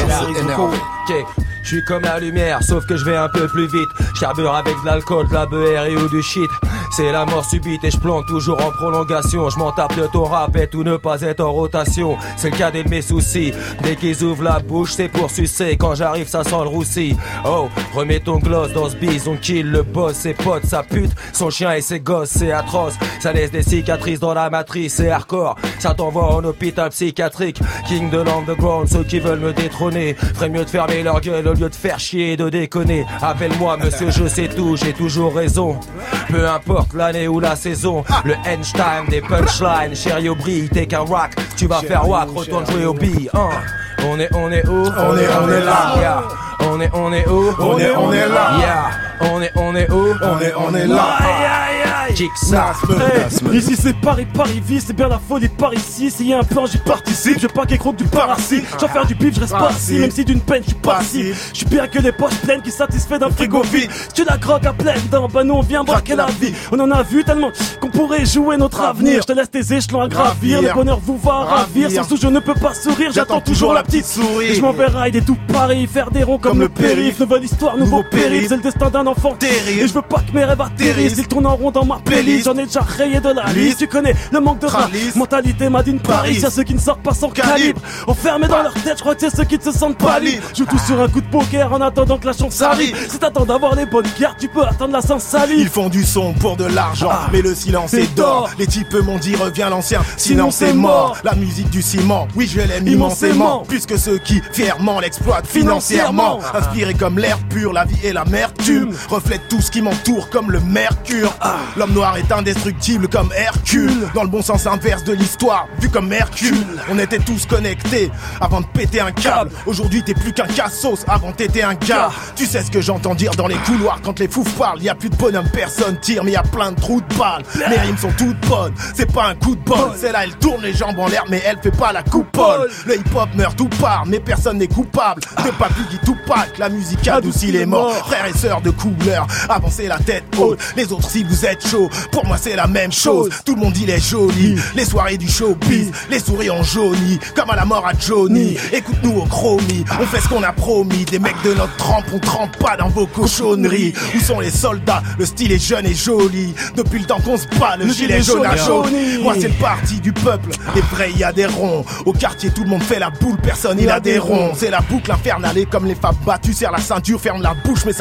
I Je suis comme la lumière, sauf que je vais un peu plus vite. Je carbure avec de l'alcool, de la beurre et ou du shit. C'est la mort subite et je plante toujours en prolongation. Je m'en tape de ton rap et tout ne pas être en rotation. C'est le cadet de mes soucis. Dès qu'ils ouvrent la bouche, c'est pour sucer. Quand j'arrive, ça sent le roussi. Oh, remets ton gloss dans ce bise. On kill le boss, ses potes, sa pute, son chien et ses gosses. C'est atroce, ça laisse des cicatrices dans la matrice. C'est hardcore, ça t'envoie en hôpital psychiatrique. King de l'underground, ceux qui veulent me détrôner ferait mieux de fermer leur gueule au lieu de faire chier et de déconner. Appelle-moi monsieur, je sais tout, j'ai toujours raison. Peu importe l'année ou la saison. Le Einstein des punchlines. Chérie Aubry, t'es qu'un rock. Tu vas faire wack, retourne jouer au billes. Hein. On est, on est où? On est, on est là. Yeah. On est, on est où? On est, on est là. Yeah. On est, on est où? On est, on est là. Aïe aïe aïe. Jigsaw. Hey, ici c'est Paris, Paris vie, c'est bien la folie par ici. S'il y a un plan, j'y participe. Je pas qu'un groupe du parasite. J'en faire du bif, je reste pas assis. Même si d'une peine, je suis pas assis. Je suis bien que les poches pleines qui satisfait d'un frigo vide. Tu la croques à pleine dents, bah nous on vient braquer la vie. On en a vu tellement qu'on pourrait jouer notre avenir. Je te laisse tes échelons à gravir. Le bonheur vous va ravir. Sans sous je ne peux pas sourire. J'attends toujours la petite souris. Et je m'en vais rider tout Paris, faire des ronds comme le périph'. Nouvelle histoire, nouveau périph'. C'est le destin d'un enfant terrible. Et je veux pas que mes rêves atterrissent. Ils tournent en rond dans ma playlist. J'en ai déjà rayé de la liste. Tu connais le manque de rap. Mentalité made in Paris. Y'a ceux qui ne sortent pas sans calibre. Enfermés dans leur tête, je crois que c'est ceux qui ne se sentent pas libres. Joue tout sur un coup de poker en attendant que la chance arrive. Si t'attends d'avoir les bonnes cartes, tu peux attendre la sans salive. Ils font du son pour de l'argent, ah, mais le silence est d'or. Les types m'ont dit reviens l'ancien, sinon c'est mort. La musique du ciment, oui je l'aime immensément. Plus que ceux qui fièrement l'exploitent financièrement. Inspiré comme l'air pur, la vie et l'amertume reflète tout ce qui m'entoure comme le mercure. L'homme noir est indestructible comme Hercule. Dans le bon sens inverse de l'histoire, vu comme Hercule. On était tous connectés avant de péter un câble. Aujourd'hui t'es plus qu'un cassos, avant t'étais un gars. Tu sais ce que j'entends dire dans les couloirs quand les fous parlent. Y'a plus de bonhomme, personne tire, mais y'a plein de trous de balles. Mes rimes sont toutes bonnes, c'est pas un coup de bol. Celle-là elle tourne les jambes en l'air, mais elle fait pas la coupole. Le hip-hop meurt tout part, mais personne n'est coupable. De Papy dit tout pack, la musique adoucit les morts. Frères et sœurs de couleur, avancez la tête haute. Les autres si vous êtes chaud, pour moi c'est la même chose. Tout le monde il est joli, les soirées du showbiz, les souris en jauni, comme à la mort à Johnny. Écoute-nous au chromie, on fait ce qu'on a promis. Des mecs de notre trempe, on trempe pas dans vos cochonneries. Où sont les soldats? Le style est jeune et joli. Depuis le temps qu'on se bat, le, le gilet jaune à jaune. Moi c'est le parti du peuple, les vrais y adhéreront. Au quartier tout le monde fait la boule, personne il a des ronds. C'est la boucle infernale et comme les femmes battues, serre la ceinture, ferme la bouche, mais ça commence à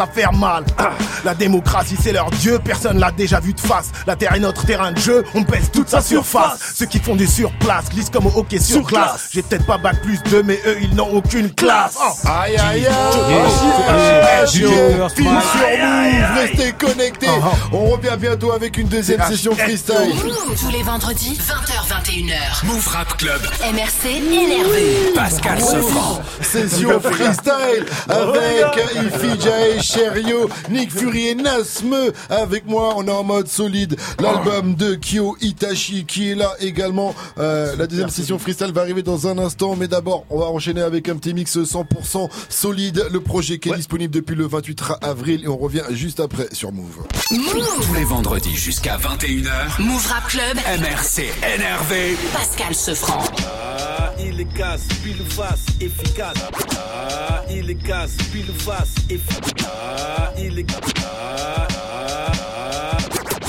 à faire mal. Ah, la démocratie c'est leur dieu, personne l'a déjà vu de face. La terre est notre terrain de jeu, on pèse toute sa surface. Ceux qui font du surplace glissent comme au hockey sur glace. J'ai peut-être pas bac plus deux, mais eux ils n'ont aucune classe. Oh. Aïe aïe aïe. File sur Move, restez connectés. On revient bientôt avec une deuxième session freestyle. Tous les vendredis, vingt heures vingt et une heures. Move Rap Club. M R C énervé. Pascal Sefranc. Session freestyle avec Ifi, Jae, Cherio, Nick Fury et Nasme. Avec moi, on est en mode solide. L'album de Kyo Itachi qui est là également. Euh, la deuxième session freestyle va arriver dans un instant, mais d'abord, on va enchaîner avec un petit mix cent pour cent solide. Le projet qui est ouais. disponible depuis le vingt-huit avril et on revient juste après sur Move. Move. Tous les vendredis jusqu'à vingt et une heures. Move Rap Club. M R C énervé. Pascal Sefranc. Ah, il est casse, pile ou face, efficace. Ah, il est casse, pile ou face, efficace. Ah, il est ah, ah, ah,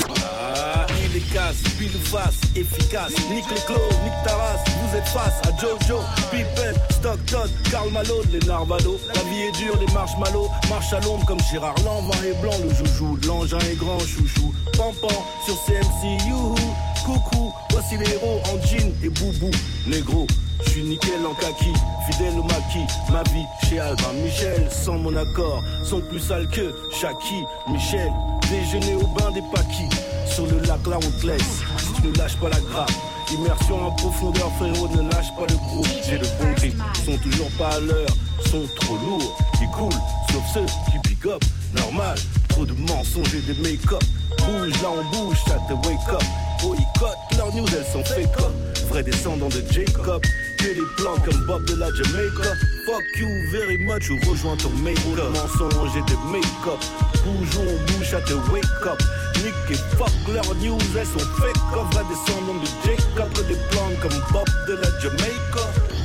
ah, il est casse, pile ou face, efficace. Nique les clos, nique ta race, vous êtes face à Jojo, Pippen, Stockton, Karl Malone, les Narvalo. La vie est dure, les marshmallows, marche à l'ombre comme Gérard Lanvin et Blanc, le joujou, l'engin est grand, chouchou. Pampan sur C M C, youhou, coucou, voici les héros en jean et boubou, négro. Je suis nickel en kaki, fidèle au maquis. Ma vie chez Albin Michel, sans mon accord, sont plus sales que Shaki, Michel. Déjeuner au bain des paquis, sur le lac là on te laisse, si tu ne lâches pas la grappe. Immersion en profondeur frérot, ne lâche pas le groupe. J'ai le bon grip, sont toujours pas à l'heure, sont trop lourds, ils coulent, sauf ceux qui pick up. Normal, trop de mensonges et de make-up. Bouge là on bouge, ça te wake up. Boycott, leurs news elles sont fake up. Vrai descendant de Jacob, que les plans comme Bob de la Jamaica. Fuck you very much ou rejoins ton make-up. Mensonges et de make-up. Bouge ou on bouge, ça te wake up. Nick et fuck leurs news elles sont fake up. Vrai descendant de Jacob, que des plans comme Bob de la Jamaica.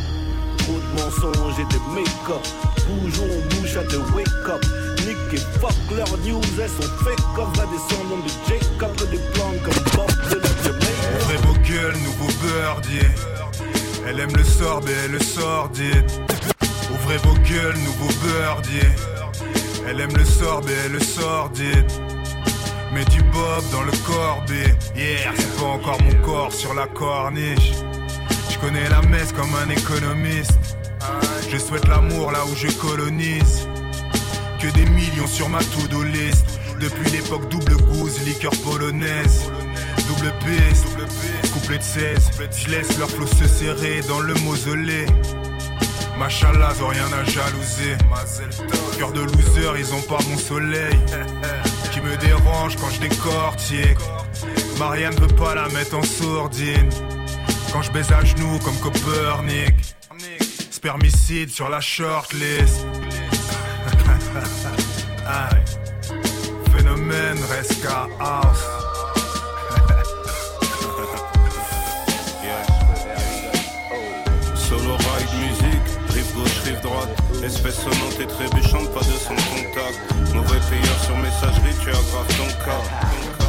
Trop de mensonges et de make-up. Bouge ou on bouge, ça te wake up. Nick et fuck leurs news elles sont fake up. Vrai descendant de Jacob, que des plans comme Bob de la Jamaica. Ouvrez vos gueules, nouveau birdier. Elle aime le sorbet, le sordide. Ouvrez vos gueules, nouveau birdier. Elle aime le sorbet, le sordide. Mets du bob dans le corbier. Yeah, c'est pas encore mon corps sur la corniche. Je connais la messe comme un économiste. Je souhaite l'amour là où je colonise. Que des millions sur ma to-do list. Depuis l'époque double gousse, liqueur polonaise. Double piste, couplet de seize. Je laisse leur flot se serrer dans le mausolée. Machallah, ils ont rien à jalouser. Cœur de loser, ils ont pas mon soleil. Qui me dérange quand je décortique. Marianne veut pas la mettre en sourdine. Quand je baise à genoux comme Copernic. Spermicide sur la shortlist. Phénomène reste qu'à house. Solo ride musique, rive gauche, rive droite. Espèce sonnante et trébuchante, pas de son contact. Mauvais payeur sur messagerie, tu aggraves ton cas.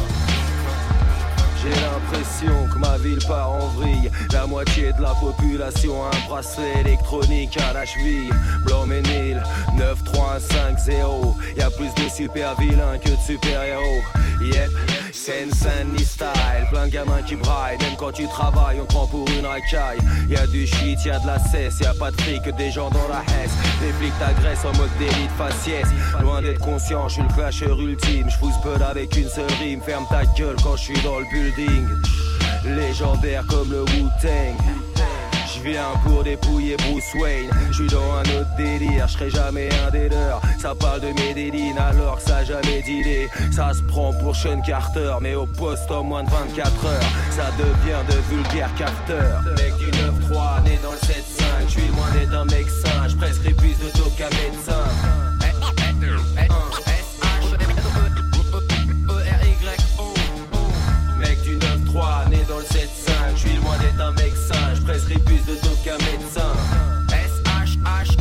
J'ai l'impression que ma ville part en vrille. La moitié de la population a un bracelet électronique à la cheville. Blanc-Ménil, neuf trois cinq zéro. Y'a plus de super vilains que de super héros. Yep, Seine-Saint-Denis style. Plein de gamins qui braillent. Même quand tu travailles, on te prend pour une racaille. Y'a du shit, y'a de la cesse. Y'a pas de fric que des gens dans la hesse. Les flics t'agressent en mode délit de faciès. Loin d'être conscient, je suis le clasheur ultime. Je fous ce avec une seule rime. Ferme ta gueule quand je suis dans le bulle. Légendaire comme le Wu-Tang. J'viens pour dépouiller Bruce Wayne. J'suis dans un autre délire, j'serai jamais un des leurs. Ça parle de Medellin alors que ça a jamais d'idée. Ça se prend pour Sean Carter, mais au poste en moins de vingt-quatre heures. Ça devient de vulgaires capteurs. Mec du neuf trois, né dans le sept cinq. J'suis loin d'être un mec sain, j'prescris plus de taux qu'un médecin. Né dans le sept cinq, je suis loin d'être un mec sain, je prescris plus de dos qu'un médecin. S H H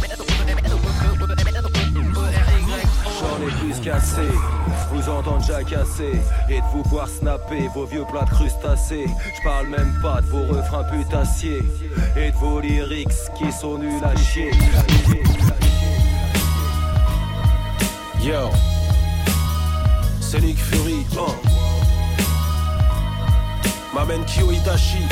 J'en ai plus qu'assez, vous entendre jacasser et de vous voir snapper vos vieux plats de crustacés. Je parle même pas de vos refrains putassiers et de vos lyrics qui sont nuls à chier. Yo, c'est Nick Fury, oh. M'amène Kyo Itachi.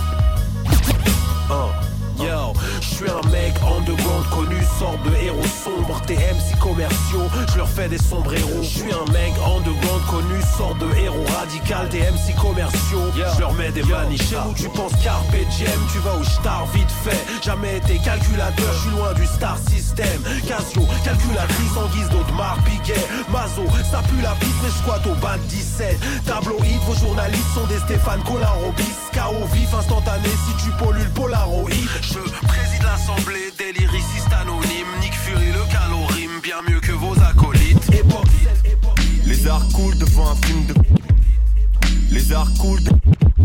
Oh. Yo, je suis un mec underground connu, sorte de héros sombre, T M C commerciaux, je leur fais des sombres héros. Je suis un mec underground connu, sorte de héros radical, T M C commerciaux, je leur mets des maniches. Chez nous tu penses Carpe Diem, tu vas au star vite fait. Jamais été calculateur, je suis loin du star system. Casio, calculatrice en guise d'Audemars Piguet. Mazo, ça pue la piste mais je squatte au bac dix-sept. Tabloïd, vos journalistes sont des Stéphane Colarobis. K O vif instantané si tu pollues le Polaroid. Je préside l'assemblée des lyricistes anonymes. Nick Fury le calorime, bien mieux que vos acolytes. Époque. Les arts coulent devant un film de... Les arts coulent de...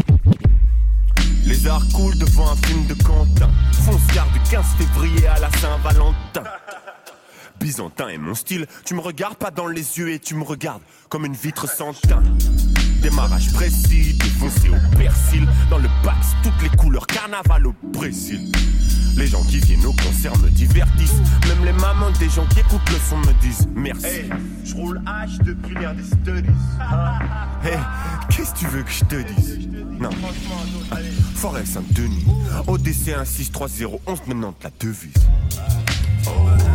Les arts coulent devant un film de Quentin. Fonce garde du quinze février à la Saint-Valentin. Byzantin est mon style, tu me regardes pas dans les yeux et tu me regardes comme une vitre sans teint. Démarrage précis, défoncé au persil. Dans le Bax, toutes les couleurs carnaval au Brésil. Les gens qui viennent au concert me divertissent. Même les mamans des gens qui écoutent le son me disent merci. Hey, je roule H depuis l'ère des studies. Hey, qu'est-ce que tu veux que je te dise? Non. Forêt Saint-Denis, O D C un six trois zéro onze quatre-vingt-dix la devise. Oh.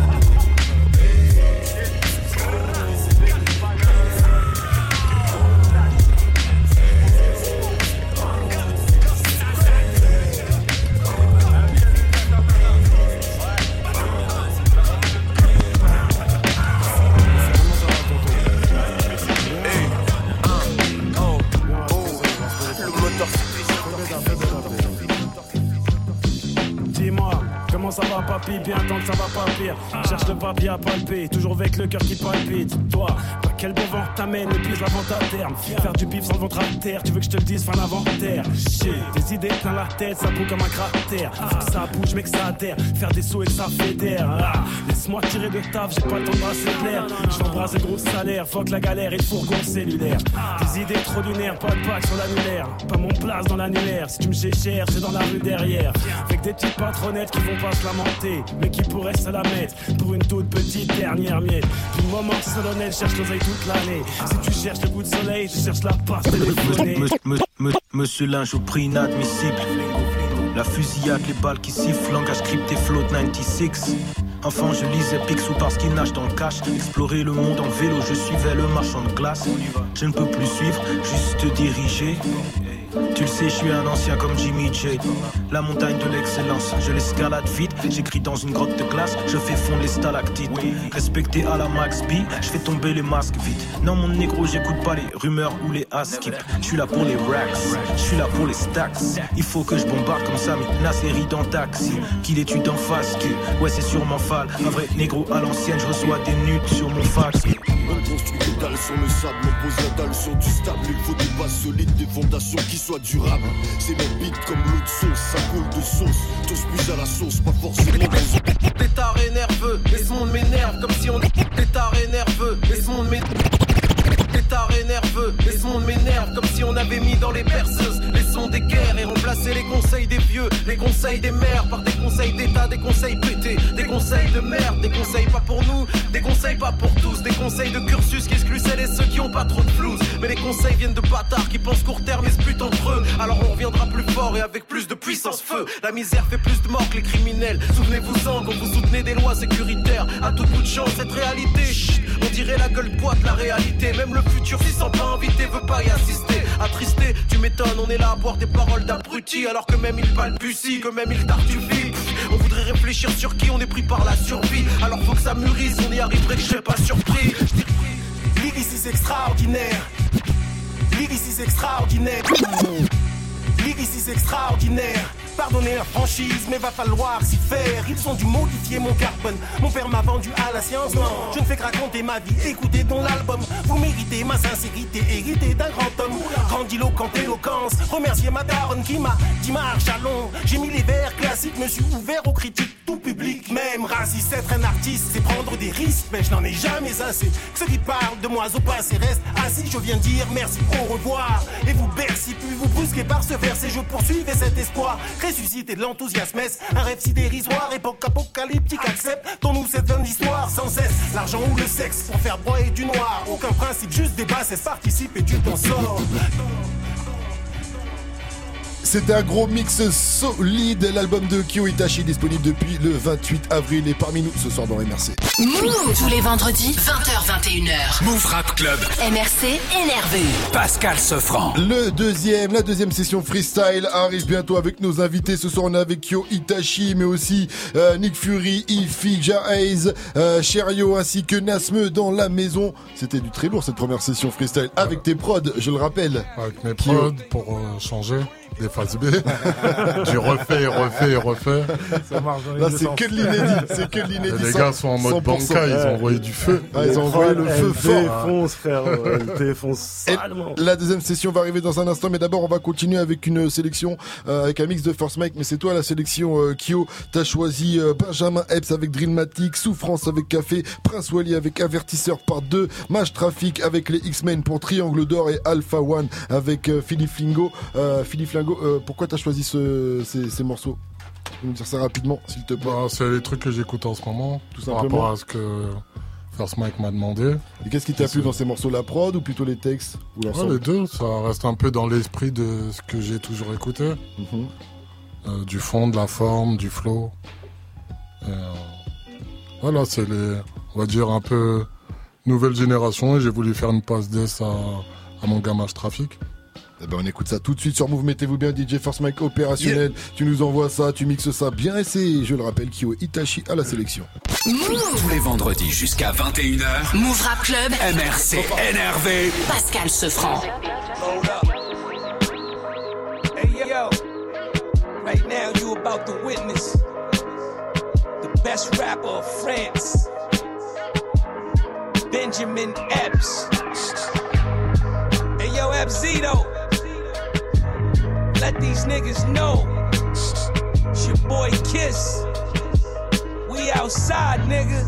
Comment ça va papy, bien tant que ça va pas pire. Cherche le papier à palper, toujours avec le cœur qui palpite. Toi, bah quel bon vent t'amène, épuise la vente à terme. Faire du bif sans le ventre à terre, tu veux que je te le dise, fin d'inventaire. Shit, des idées plein la tête, ça boue comme un cratère. Faut que ça bouge mais que ça adhère, faire des sauts et que ça fédère. Ah, laisse-moi tirer de taf, j'ai pas le temps de brasser l'air. Je embrasse le gros salaire, fuck la galère et le fourgon cellulaire. Des idées trop lunaires, pas de pack sur l'annulaire. Pas mon place dans l'annulaire, si tu me cherches c'est dans la rue derrière. Avec des petites patronnettes qui vont pas se lamenter, mais qui pourraient se la mettre pour une toute petite dernière miette. Du moment solennel, cherche l'oseille toute l'année. Si tu cherches le bout de soleil, tu cherches la passe téléphonée. Monsieur Linge au prix inadmissible. La fusillade, les balles qui sifflent, langage crypté, float quatre-vingt-seize. Enfant, je lisais Picsou parce qu'il nage dans le cash. Explorer le monde en vélo, je suivais le marchand de glace. Je ne peux plus suivre, juste diriger. Tu le sais, je suis un ancien comme Jimmy J. La montagne de l'excellence, je l'escalade vite. J'écris dans une grotte de glace, je fais fondre les stalactites. Respecté à la Max B, je fais tomber les masques vite. Non mon négro, j'écoute pas les rumeurs ou les askip. Je suis là pour les racks, je suis là pour les stacks. Il faut que je bombarde comme Sami Nasseri dans Taxi. Qu'il étude en face que, ouais c'est sûrement fal. Un vrai négro à l'ancienne, je reçois des nudes sur mon fax. On construit des dalles sur le sable, on pose la dalle sur du stable. Il faut des bases solides, des fondations qui soient durables. C'est mes beats comme l'eau de sauce, ça coule de sauce. Tous plus à la sauce, pas forcément des... Pétard et nerveux, et ce monde m'énerve comme si on... Pétard et nerveux, et ce monde m'énerve. Pétard et nerveux, et ce monde m'énerve comme si on avait mis dans les perceuses les sons des guerres et remplacé les conseils des vieux, les conseils des mères par des conseils d'état, des conseils pétés, des conseils de merde, des conseils pas pour nous, des conseils pas pour tous, des conseils de cursus qui excluent celles et ceux qui ont pas trop de flouze. Mais les conseils viennent de bâtards qui pensent court terme et se butent entre eux. Alors on reviendra plus fort et avec plus de puissance feu. La misère fait plus de morts que les criminels. Souvenez-vous-en quand vous soutenez des lois sécuritaires. À tout bout de champ cette réalité, chut, on dirait la gueule poids de la réalité. Même le futur s'y sent pas invité, veut pas y assister. Attristé, tu m'étonnes, on est là à boire des paroles d'abrutis. Alors que même il balbutie, que même il tartufie. On voudrait réfléchir sur qui on est pris par la survie. Alors faut que ça mûrisse, on y arriverait que je serais pas surpris. Lyricis extraordinaire. Lyricis extraordinaire. Lyricis extraordinaire. Pardonnez la franchise, mais va falloir s'y faire. Ils ont dû modifier mon carbone. Mon père m'a vendu à la science. Non, je ne fais que raconter ma vie. Écoutez dans l'album. Vous méritez ma sincérité, héritée d'un grand homme. Grandiloquente éloquence. Remerciez ma daronne qui m'a dit marche à long. J'ai mis les vers classiques, me suis ouvert aux critiques. tout public même. Raciste, être un artiste, c'est prendre des risques, mais je n'en ai jamais assez. Ceux qui parlent de moi au passé restent assis. Je viens dire merci, au revoir. Et vous Bercy, puis vous brusquez par ce verset. Je poursuivais cet espoir, ressuscité de l'enthousiasme. Un rêve si dérisoire, époque apocalyptique. Acceptons-nous cette vaine histoire sans cesse. L'argent ou le sexe pour faire broyer du noir. Aucun principe, juste des bassesses. Participe et tu t'en sors. C'était un gros mix solide, l'album de Kyo Itachi disponible depuis le vingt-huit avril et parmi nous ce soir dans M R C. Move tous les vendredis vingt heures vingt et une heures. Move Rap Club. M R C énervé. Pascal Sefranc. Le deuxième, la deuxième session freestyle arrive bientôt avec nos invités. Ce soir on est avec Kyo Itachi mais aussi euh, Nick Fury, Ify, Jahaze, euh, Cherio ainsi que Nasme dans la maison. C'était du très lourd cette première session freestyle avec ouais. tes prods, je le rappelle. Avec mes prods pour euh, changer. Des phases B, du refait, refait, refait. Ça marche dans les Là, c'est que de l'inédit. C'est que de l'inédit. Les gars sont en mode banca, ils ont envoyé du feu. Ah, ils ont envoyé le feu fort. Elle défonce, frère. Elle défonce salement. La deuxième session va arriver dans un instant, mais d'abord, on va continuer avec une sélection, euh, avec un mix de First Mike. Mais c'est toi la sélection, euh, Kyo. T'as choisi euh, Benjamin Epps avec Drillmatic, Souffrance avec Café, Prince Wally avec Avertisseur par deux, Maj Traffic avec les X-Men pour Triangle d'Or et Alpha One avec euh, Philippe Flingo. Euh, Philippe Flingo. Euh, pourquoi t'as choisi ce, ces, ces morceaux? Tu peux nous dire ça rapidement, s'il te plaît. Bah, c'est les trucs que j'écoute en ce moment, tout par simplement. rapport à ce que First Mike m'a demandé. Et qu'est-ce qui t'a plu dans ces morceaux, la prod ou plutôt les textes ou ouais, les deux, ça reste un peu dans l'esprit de ce que j'ai toujours écouté. Mm-hmm. Euh, du fond, de la forme, du flow. Et, euh, voilà, c'est les, on va dire, un peu nouvelle génération et j'ai voulu faire une passe d'ess à, à mon gars Maj Traffic. Eh ben on écoute ça tout de suite sur Move, mettez-vous bien D J First Mike opérationnel, yeah. Tu nous envoies ça, tu mixes ça bien et c'est, je le rappelle, Kyo Itachi à la sélection. Move. Tous les vendredis jusqu'à vingt et une heures. Move Rap Club. M R C énervé. Pascal Sefranc. Hey yo, right now you about to witness the best rapper of France, Benjamin Epps. Hey yo, Epzito. Let these niggas know it's your boy Kiss. We outside, nigga.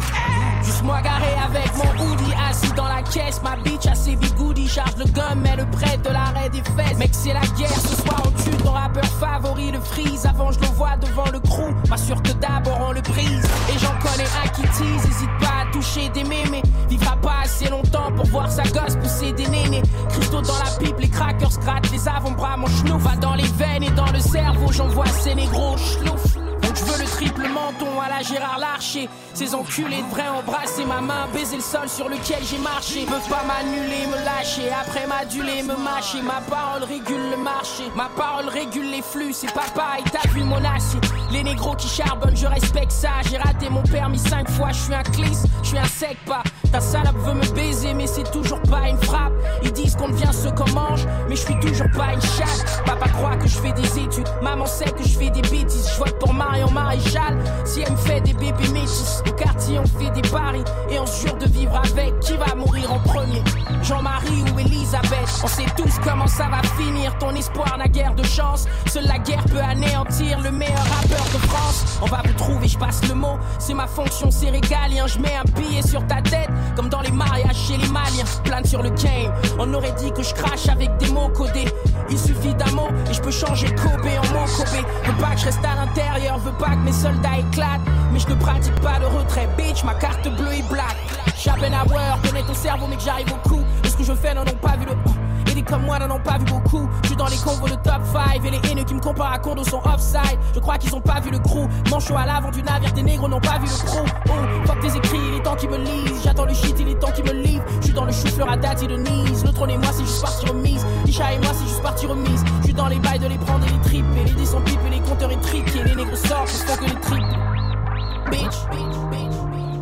Juste moi garé avec mon hoodie, assis dans la caisse. Ma bitch a ses bigoudis, charge le gun, met le prêt de l'arrêt des fesses. Mec, c'est la guerre, ce soir on tue ton rappeur favori, le freeze. Avant je le vois devant le crew, m'assure que d'abord on le brise. Et j'en connais un qui tease, hésite pas à toucher des mémés. Vivra pas assez longtemps pour voir sa gosse pousser des nénés. Cristaux dans la pipe, les crackers grattent les avant-bras, mon schnouf va dans les veines et dans le cerveau, j'envoie ces négros schlouf. Donc je veux le triple menton à la Gérard Larcher. Ces enculés devraient embrasser ma main, baiser le sol sur lequel j'ai marché. Peuvent pas m'annuler, me lâcher, après m'aduler, me mâcher. Ma parole régule le marché, ma parole régule les flux. C'est pas pareil, t'as vu mon acier. Les négros qui charbonnent, je respecte ça. J'ai raté mon permis cinq fois, je suis un cliss, je suis un sec pas. Ta salope veut me baiser, mais c'est toujours pas une frappe. Ils disent qu'on devient ce qu'on mange, mais je suis toujours pas une chatte. Papa croit que je fais des études, maman sait que je fais des bêtises. Je vote pour Marion Maréchal, si elle me fait des bébés métis. Au quartier on fait des paris, et on se jure de vivre avec. Qui va mourir en premier, Jean-Marie ou Elisabeth? On sait tous comment ça va finir, ton espoir n'a guère de chance. Seule la guerre peut anéantir le meilleur rappeur de France. On va vous trouver, je passe le mot, c'est ma fonction, c'est régalien. Je mets un billet sur ta tête, comme dans les mariages chez les Maliens. Plane sur le game, on aurait dit que je crache avec des mots codés. Il suffit d'un mot et je peux changer Kobe en mot Kobe. Veux pas que je reste à l'intérieur, veux pas que mes soldats éclatent, mais je ne pratique pas le retrait, bitch, ma carte bleue est black. Schopenhauer, connais ton cerveau mais que j'arrive au coup. Et ce que je fais n'en ont pas vu le... Et des comme moi n'en ont pas vu beaucoup. Je suis dans les convos de top cinq. Et les haineux qui me comparent à Kondo sont offside. Je crois qu'ils ont pas vu le crew. Manchot à l'avant du navire, des négros n'ont pas vu le crew. Oh, fuck tes écrits, il est temps qu'ils me lisent. J'attends le shit, il est temps qu'ils me livrent. Je suis dans le chou-fleur à date et de Nice. Le trône et moi c'est juste partie remise. Isha et moi c'est juste partie remise. Je suis dans les bails de les prendre et les tripes. Et les dés sont pipes et les compteurs étriqués. Et les négros sortent, je font que les tripes. Bitch, bitch, bitch.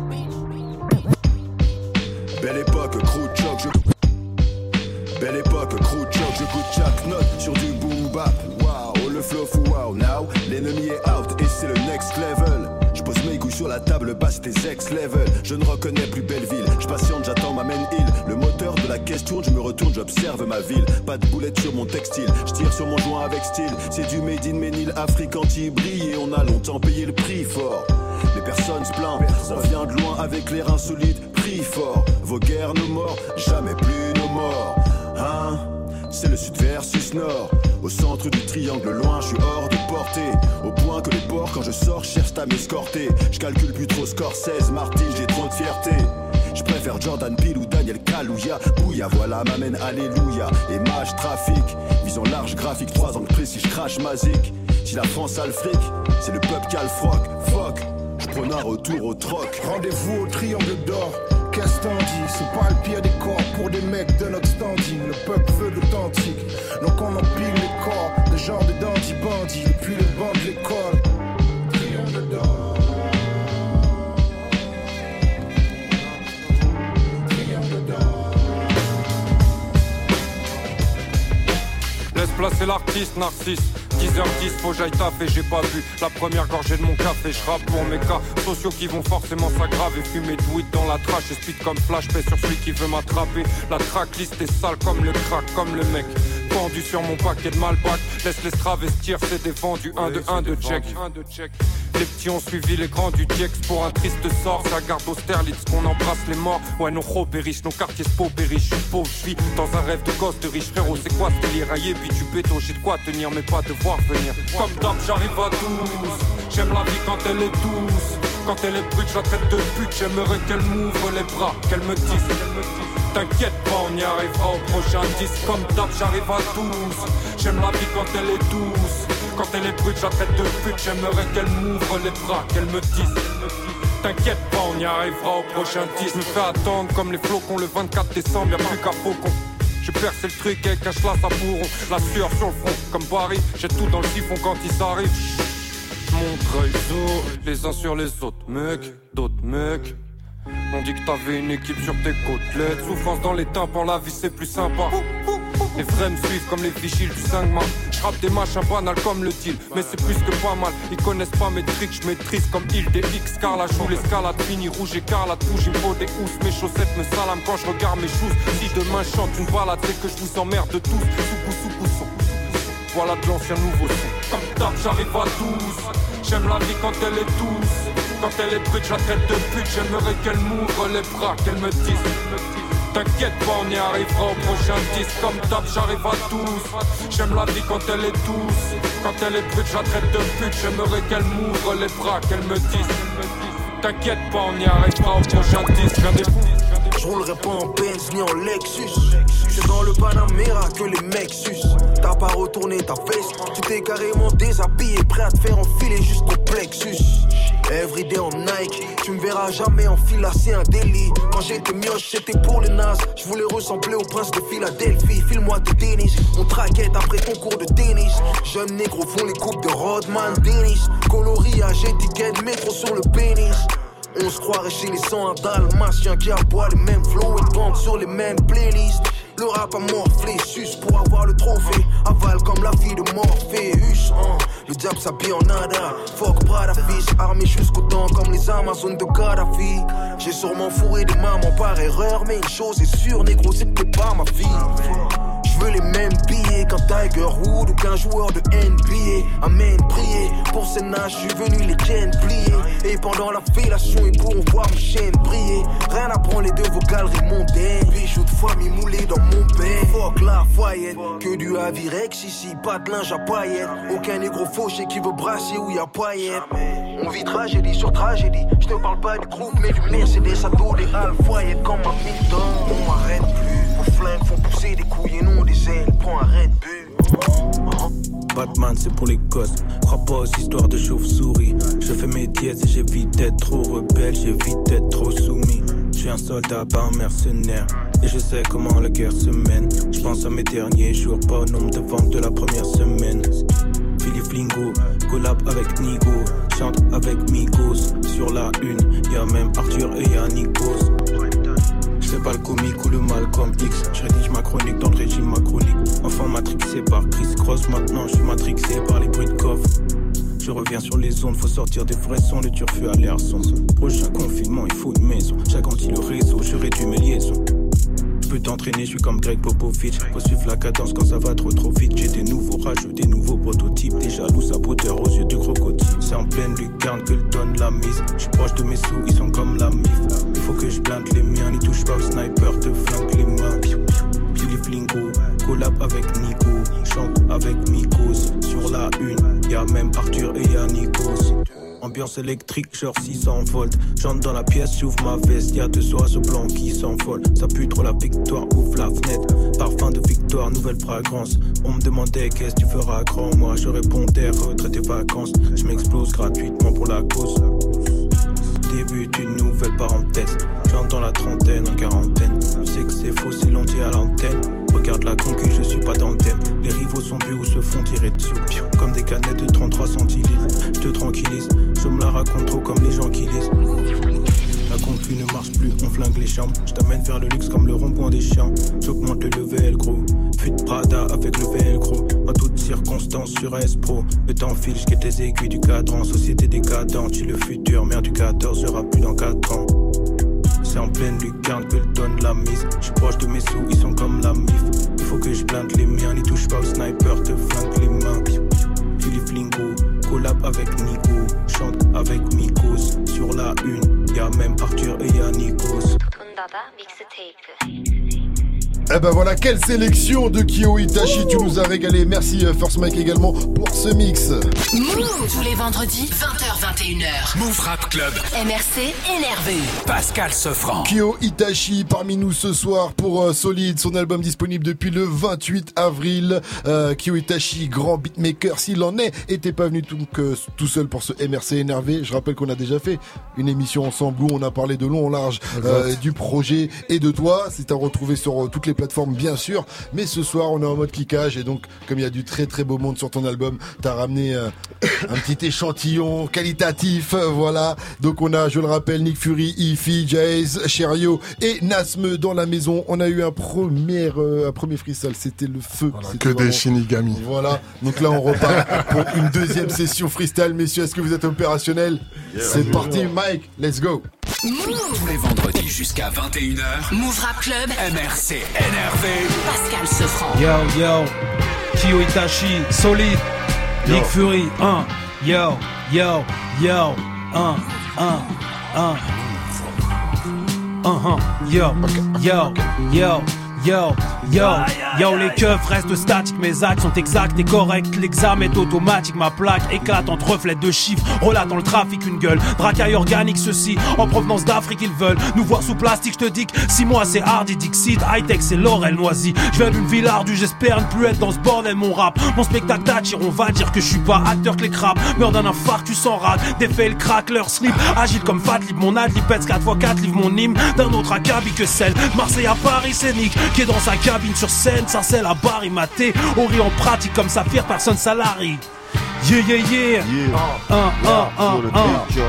Belle époque, crew de choc, je... Belle époque, crew de choc, j'écoute chaque note sur du boom bap. Wow, le flow fou, wow, now, l'ennemi est out et c'est le next level. Je pose mes couilles sur la table, le bas c'était ex level. Je ne reconnais plus Belleville. Je patiente, j'attends ma main hill. Le moteur de la caisse tourne, je me retourne, j'observe ma ville. Pas de boulettes sur mon textile. Je tire sur mon joint avec style. C'est du made in Ménil, Afrique anti-brille. Et on a longtemps payé le prix fort. Mais personne se plaint. On vient de loin avec les reins solides. Prix fort. Vos guerres, nos morts. Jamais plus nos morts. Hein? C'est le sud versus nord. Au centre du triangle loin, je suis hors de portée. Au point que les porcs, quand je sors, cherchent à m'escorter. Je calcule plus trop Scorsese, Martin, j'ai trop de fierté. Je préfère Jordan Peele ou Daniel Kaluuya. Bouya, voilà, m'amène alléluia. Image, trafic, vision large, graphique. Trois angles précis, je crache ma zik. Si la France a le fric, c'est le peuple qui a le froc. Fuck, je prône un retour au troc. Rendez-vous au triangle d'or. Qu'est-ce qu'on dit? C'est pas le pire des corps pour des mecs de notre standing. Le peuple veut l'authentique, donc on empile les corps. Le genre de dandy bandits, depuis le banc de l'école. Triangle d'or. Triangle d'or. Laisse placer l'artiste narcisse. dix heures dix, faut j'aille taffer, j'ai pas bu la première gorgée de mon café. Je rappe pour mes cas sociaux qui vont forcément s'aggraver. Fumer de weed dans la trash et speed comme flash. Paix sur celui qui veut m'attraper. La tracklist est sale comme le crack, comme le mec pendu sur mon paquet de Malbac. Laisse les travestir, c'est défendu. Un de un de check. Les petits ont suivi les grands du Diex pour un triste sort. Ça garde Austerlitz qu'on embrasse les morts. Ouais, nos ros périssent, nos quartiers se paupérissent. Je suis pauvre, je vis dans un rêve de gosse de riche. Frérot, c'est quoi ce délire? Aïe, puis tu péto, j'ai de quoi tenir, mais pas de voir venir. Comme d'hab, j'arrive à douze. J'aime la vie quand elle est douce. Quand elle est brute, je la traite de pute. J'aimerais qu'elle m'ouvre les bras, qu'elle me dise. T'inquiète pas, on y arrivera au prochain disque. Comme d'hab, j'arrive à douze. J'aime la vie quand elle est douce. Quand elle est brute, je la traite de pute. J'aimerais qu'elle m'ouvre les bras, qu'elle me dise. T'inquiète pas, on y arrivera au prochain disque. Je me fais attendre comme les flocons le vingt-quatre décembre, y'a plus qu'à faucon. J'ai percé le truc et cache là, ça pourront. La sueur sur le front, comme Barry. J'ai tout dans le siphon quand il s'arrive. Montre les les uns sur les autres, mecs, d'autres mecs. On dit que t'avais une équipe sur tes côtelettes. Souffrance dans les tympans, la vie c'est plus sympa. Les vrais me suivent comme les vigiles du cinq mars. J'rappe des machins banals comme le deal, mais c'est plus que pas mal. Ils connaissent pas mes tricks, j'maîtrise comme il des X. Car la joue, l'escalade fini rouge écarlate. Touche, il me faut des housses, mes chaussettes me salament quand je regarde mes choses. Si demain je chante une balade, c'est que je vous emmerde tous. Soukou, soukou, soukou. Voilà de l'ancien nouveau son. Comme d'hab, j'arrive à douze. J'aime la vie quand elle est douce. Quand elle est brute, je la traite de pute. J'aimerais qu'elle m'ouvre les bras, qu'elle me dise. T'inquiète pas, on y arrivera au prochain disque. Comme d'hab, j'arrive à douze. J'aime la vie quand elle est douce. Quand elle est brute, je la traite de pute. J'aimerais qu'elle m'ouvre les bras, qu'elle me dise. T'inquiète pas, on y arrivera au prochain disque. Rien des fous. Je roulerai pas en Benz ni en Lexus. C'est dans le Panamera que les mecs sucent. T'as pas retourné ta veste. Tu t'es carrément déshabillé, prêt à te faire enfiler jusqu'au plexus. Everyday en Nike, tu me verras jamais en fila, c'est un délit. Quand j'étais mioche, c'était pour les nazes. Je voulais ressembler au prince de Philadelphie. File-moi de tennis, on traquette après ton cours de tennis. Jeunes négros font les coupes de Rodman, Dennis. Coloriage, étiquette, métro sur le pénis. On se croirait chez les cent un dalmatiens qui aboient les mêmes flows et bandent sur les mêmes playlists. Le rap a morflé, sus pour avoir le trophée. Aval comme la fille de Morpheus, hein. Le diable s'habille en nada. Fuck Brada fils, armé jusqu'aux dents comme les Amazones de Gaddafi. J'ai sûrement fourré des mamans par erreur, mais une chose est sûre, négro, c'est que t'es pas ma fille. Je veux les mêmes billets qu'un Tiger Wood ou qu'un joueur de N B A. Amen, prier pour ces nages, je suis venu les gaines plier. Et pendant la fellation, ils pourront voir mes chaînes briller. Rien à prendre les deux vos galeries mondaines. Bijoux de famille moulés dans mon bain. Fuck la foyette, que du Avirex ici, pas de linge à paillettes. Aucun négro fauché qui veut brasser où y'a paillettes. On vit tragédie sur tragédie. Je te parle pas du groupe, mais du Mercedes à dos des Alpha-Foyettes comme un Milton. On m'arrête plus. Vos flingues font pousser des couilles et non des ailes. Prends un Red Bull. Batman c'est pour les gosses, crois pas aux histoires de chauve-souris. Je fais mes dièses et j'évite d'être trop rebelle, j'évite d'être trop soumis. Je suis un soldat, pas un mercenaire, et je sais comment la guerre se mène. Je pense à mes derniers jours, pas au nombre de ventes de la première semaine. Philippe Flingo, collab avec Nigo, chante avec Migos. Sur la une, y'a même Arthur et y'a Nikos. Je fais pas le comique ou le Malcolm X. Je rédige ma chronique dans le régime macronique. Enfant matrixé par Chris Cross, maintenant je suis matrixé par les bruits de coffre. Je reviens sur les ondes, faut sortir des vrais sons, le turfu a l'air sombre. Prochain confinement, il faut une maison. J'agrandis le réseau, je réduis mes liaisons. Je peux t'entraîner, je suis comme Greg Popovich. Faut suivre la cadence quand ça va trop trop vite. J'ai des nouveaux rageux, des nouveaux prototypes. Des jaloux saboteurs aux yeux de crocodile. C'est en pleine lucarne que le donne la mise. Je suis proche de mes sous, ils sont comme la mif. Il faut que je blinde les miens, n'y touche pas au sniper, te flingue les mains. Billy Flingo, collab avec Nico. Chante avec Mikos. Sur la une, y'a même Arthur et y'a Nikos. Ambiance électrique, genre six cents volts. J'entre dans la pièce, j'ouvre ma veste. Y'a deux oiseaux blancs qui s'envolent. Ça pue trop la victoire, ouvre la fenêtre. Parfum de victoire, nouvelle fragrance. On me demandait qu'est-ce que tu feras grand. Moi je répondais retraite et vacances. Je m'explose gratuitement pour la cause. Débute une nouvelle parenthèse. J'entre dans la trentaine, en quarantaine. Je sais que c'est faux, c'est l'on dit à l'antenne. Regarde la concu, je suis pas dans le thème. Les rivaux sont vus ou se font tirer dessus. Comme des canettes de trente-trois centilitres. Je te tranquillise, je me la raconte trop comme les gens qui lisent. La concu ne marche plus, on flingue les chambres. Je t'amène vers le luxe comme le rond-point des chiens. J'augmente le velcro, fuite Prada avec le velcro. En toutes circonstances sur S-Pro. Le temps file, je guette les aiguilles du cadran. Société décadente, tu le futur, mère du quatorze, y'aura plus dans quatre ans. C'est en pleine lucarne que le donne la mise. Je suis proche de mes sous, ils sont comme la mif. Il faut que je blinde les miens, n'y touche pas au sniper, te flingue les mains. Philippe Flingo, collab avec Nico. Chante avec Mikos. Sur la une, y'a même Arthur et y'a Nikos. Eh ben voilà, quelle sélection de Kyo Itachi, tu nous as régalé. Merci First Mike également pour ce mix. Move tous les vendredis, vingt heures vingt et une heures. Move Rap Club. M R C énervé. Pascal Sefranc. Kyo Itachi parmi nous ce soir pour euh, Solide, son album disponible depuis le vingt-huit avril. Euh, Kyo Itachi, grand beatmaker s'il en est, était pas venu tout, que, tout seul pour ce M R C énervé. Je rappelle qu'on a déjà fait une émission ensemble où on a parlé de long en large euh, du projet et de toi. C'est à retrouver sur euh, toutes les plateformes bien sûr, mais ce soir on est en mode kickage et donc comme il y a du très très beau monde sur ton album, t'as ramené euh, un petit échantillon qualitatif, euh, voilà. Donc on a, je le rappelle, Nick Fury, Ify, Jaze, Cherio et Nasme dans la maison. On a eu un premier euh, un premier freestyle, c'était le feu. Voilà, c'était que vraiment... des Shinigami. Voilà. Donc là on repart pour une deuxième session freestyle, messieurs. Est-ce que vous êtes opérationnels? Yeah, c'est yeah. Parti, Mike. Let's go. Move. Tous les vendredis jusqu'à vingt et une heures. Move Rap Club. M R C énervé. Pascal Sefranc. Yo yo. Kyo Itachi. Solide. Nick Fury. Un. Yo yo yo. Un. Un. Un. Uh-huh. Yo yo yo. Yo, yo, yo, les keufs restent statiques, mes actes sont exacts et corrects. L'examen est automatique, ma plaque éclate entre reflets de chiffres, relatant le trafic, une gueule. Bracaille organique, ceux-ci, en provenance d'Afrique, ils veulent nous voir sous plastique. Je te dis que six mois c'est hardy, Dixit, high-tech, c'est Laurel Noisy. Je viens d'une ville ardue, j'espère ne plus être dans ce bordel, mon rap. Mon spectacle t'attire, on va dire que je suis pas acteur que les crabes. Meurt d'un infarctus sans rate, défait le crack, leur slip. Agile comme Fatlib, mon adlib, pète quatre fois quatre, livre mon hymne d'un autre acabit que celle. Marseille à Paris, c'est Nick. Qui est dans sa cabine sur scène, ça c'est la barre, il maté. Ori en pratique comme Saphir, personne salarie. Yeah, yeah, yeah. Yeah. Un, un, un, un.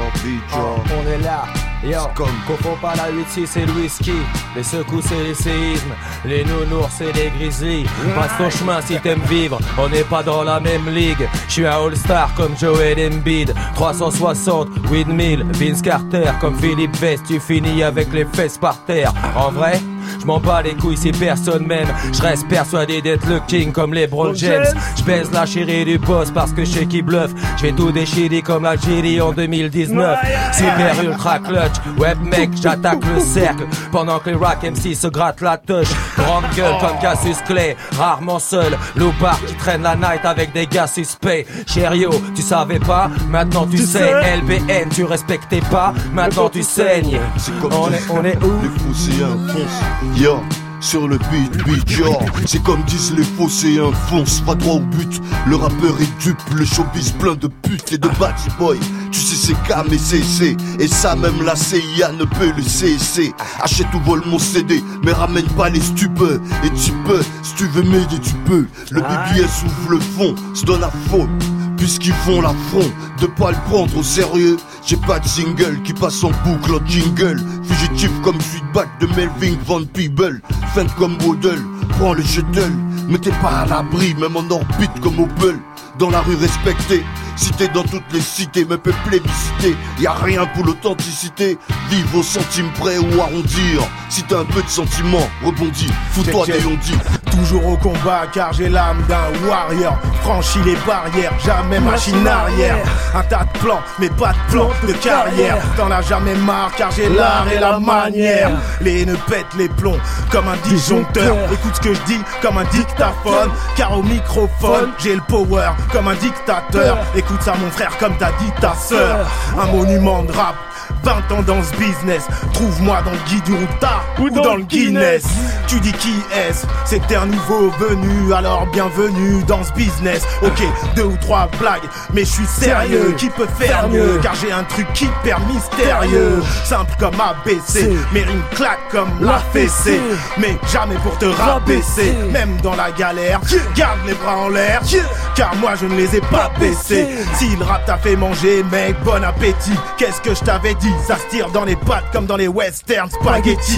On est là. Yo, confond pas la huit six et le whisky. Les secousses et les séismes. Les nounours et les grizzlies. Passe ton chemin si t'aimes vivre. On n'est pas dans la même ligue. Je suis un all-star comme Joel Embiid. trois cent soixante, windmill, Vince Carter. Comme Philippe Vest, tu finis avec les fesses par terre. En vrai, je m'en bats les couilles si personne m'aime. Je reste persuadé d'être le king comme LeBron James. Je baise la chérie du boss parce que je sais qui bluffe. Je vais tout déchirer comme l'Algérie en deux mille dix-neuf. Super ultra clutch. Ouais mec, j'attaque le cercle pendant que les Rock M C se grattent la touche. Grande gueule comme Cassius Clay, rarement seul. Loupard qui traîne la night avec des gars suspects. Cherio, tu savais pas, maintenant tu, tu sais. sais. L B N, tu respectais pas, maintenant tu saignes. C'est comme on, est, on est où? Les phocéens foncent, yo, sur le beat, beat, yo. C'est comme disent les phocéens, fonce, pas droit au but. Le rappeur est dupe, le showbiz plein de putes et de bad boy. Tu sais c'est K mais c'est C. Et ça même la C I A ne peut le cesser. Achète ou vole mon C D, mais ramène pas les stupeux. Et tu peux, si tu veux m'aider tu peux. Le B B S ouvre le fond, se donne à faute. Puisqu'ils font l'affront de pas le prendre au sérieux. J'ai pas de single qui passe en boucle en jingle. Fugitif comme feedback de Melvin Van Peebles. Feinte comme Waddle, prends le shuttle. Mais t'es pas à l'abri, même en orbite comme Opel. Dans la rue respectée, Cité dans toutes les cités, mais peu plébiscité. Y'a rien pour l'authenticité. Vive au centime près ou arrondir. Si t'as un peu de sentiment, rebondis, fous-toi des ondits. Toujours au combat car j'ai l'âme d'un warrior. Franchis les barrières, jamais machine arrière. Un tas de plans, mais pas de plan de carrière. T'en as jamais marre car j'ai l'art et la manière. Les ne pètent les plombs comme un disjoncteur. Écoute ce que je dis comme un dictaphone. Car au microphone, j'ai le power comme un dictateur. Écoute ça mon frère comme t'as dit ta sœur. Un monument de rap, vingt ans dans ce business. Trouve-moi dans le guide du routard ou dans, dans le Guinness. Tu dis qui est-ce? C'est que t'es un nouveau venu, alors bienvenue dans ce business. Ok, deux ou trois blagues, mais je suis sérieux. Qui peut faire mieux? Car j'ai un truc hyper mystérieux. Simple comme A B C, mais rimes claquent comme la fessée. Mais jamais pour te rabaisser, même dans la galère. Garde les bras en l'air, car moi je ne les ai pas baissés. Si le rap t'a fait manger, mec, bon appétit. Qu'est-ce que je t'avais dit? Ça se tire dans les pattes comme dans les western spaghetti.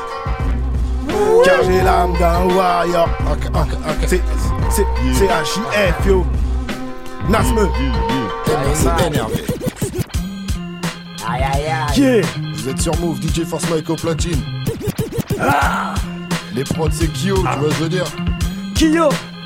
Oh. Car j'ai l'âme d'un warrior. Okay, okay, okay. C'est, c'est, c'est H I F yo. Nasme. C'est énervé. Aïe aïe aïe. Yeah. Vous êtes sur Move, D J Force Mike au platine. Ah. Les prods c'est Kyo, ah. Tu vois ce que je veux dire? Kyo.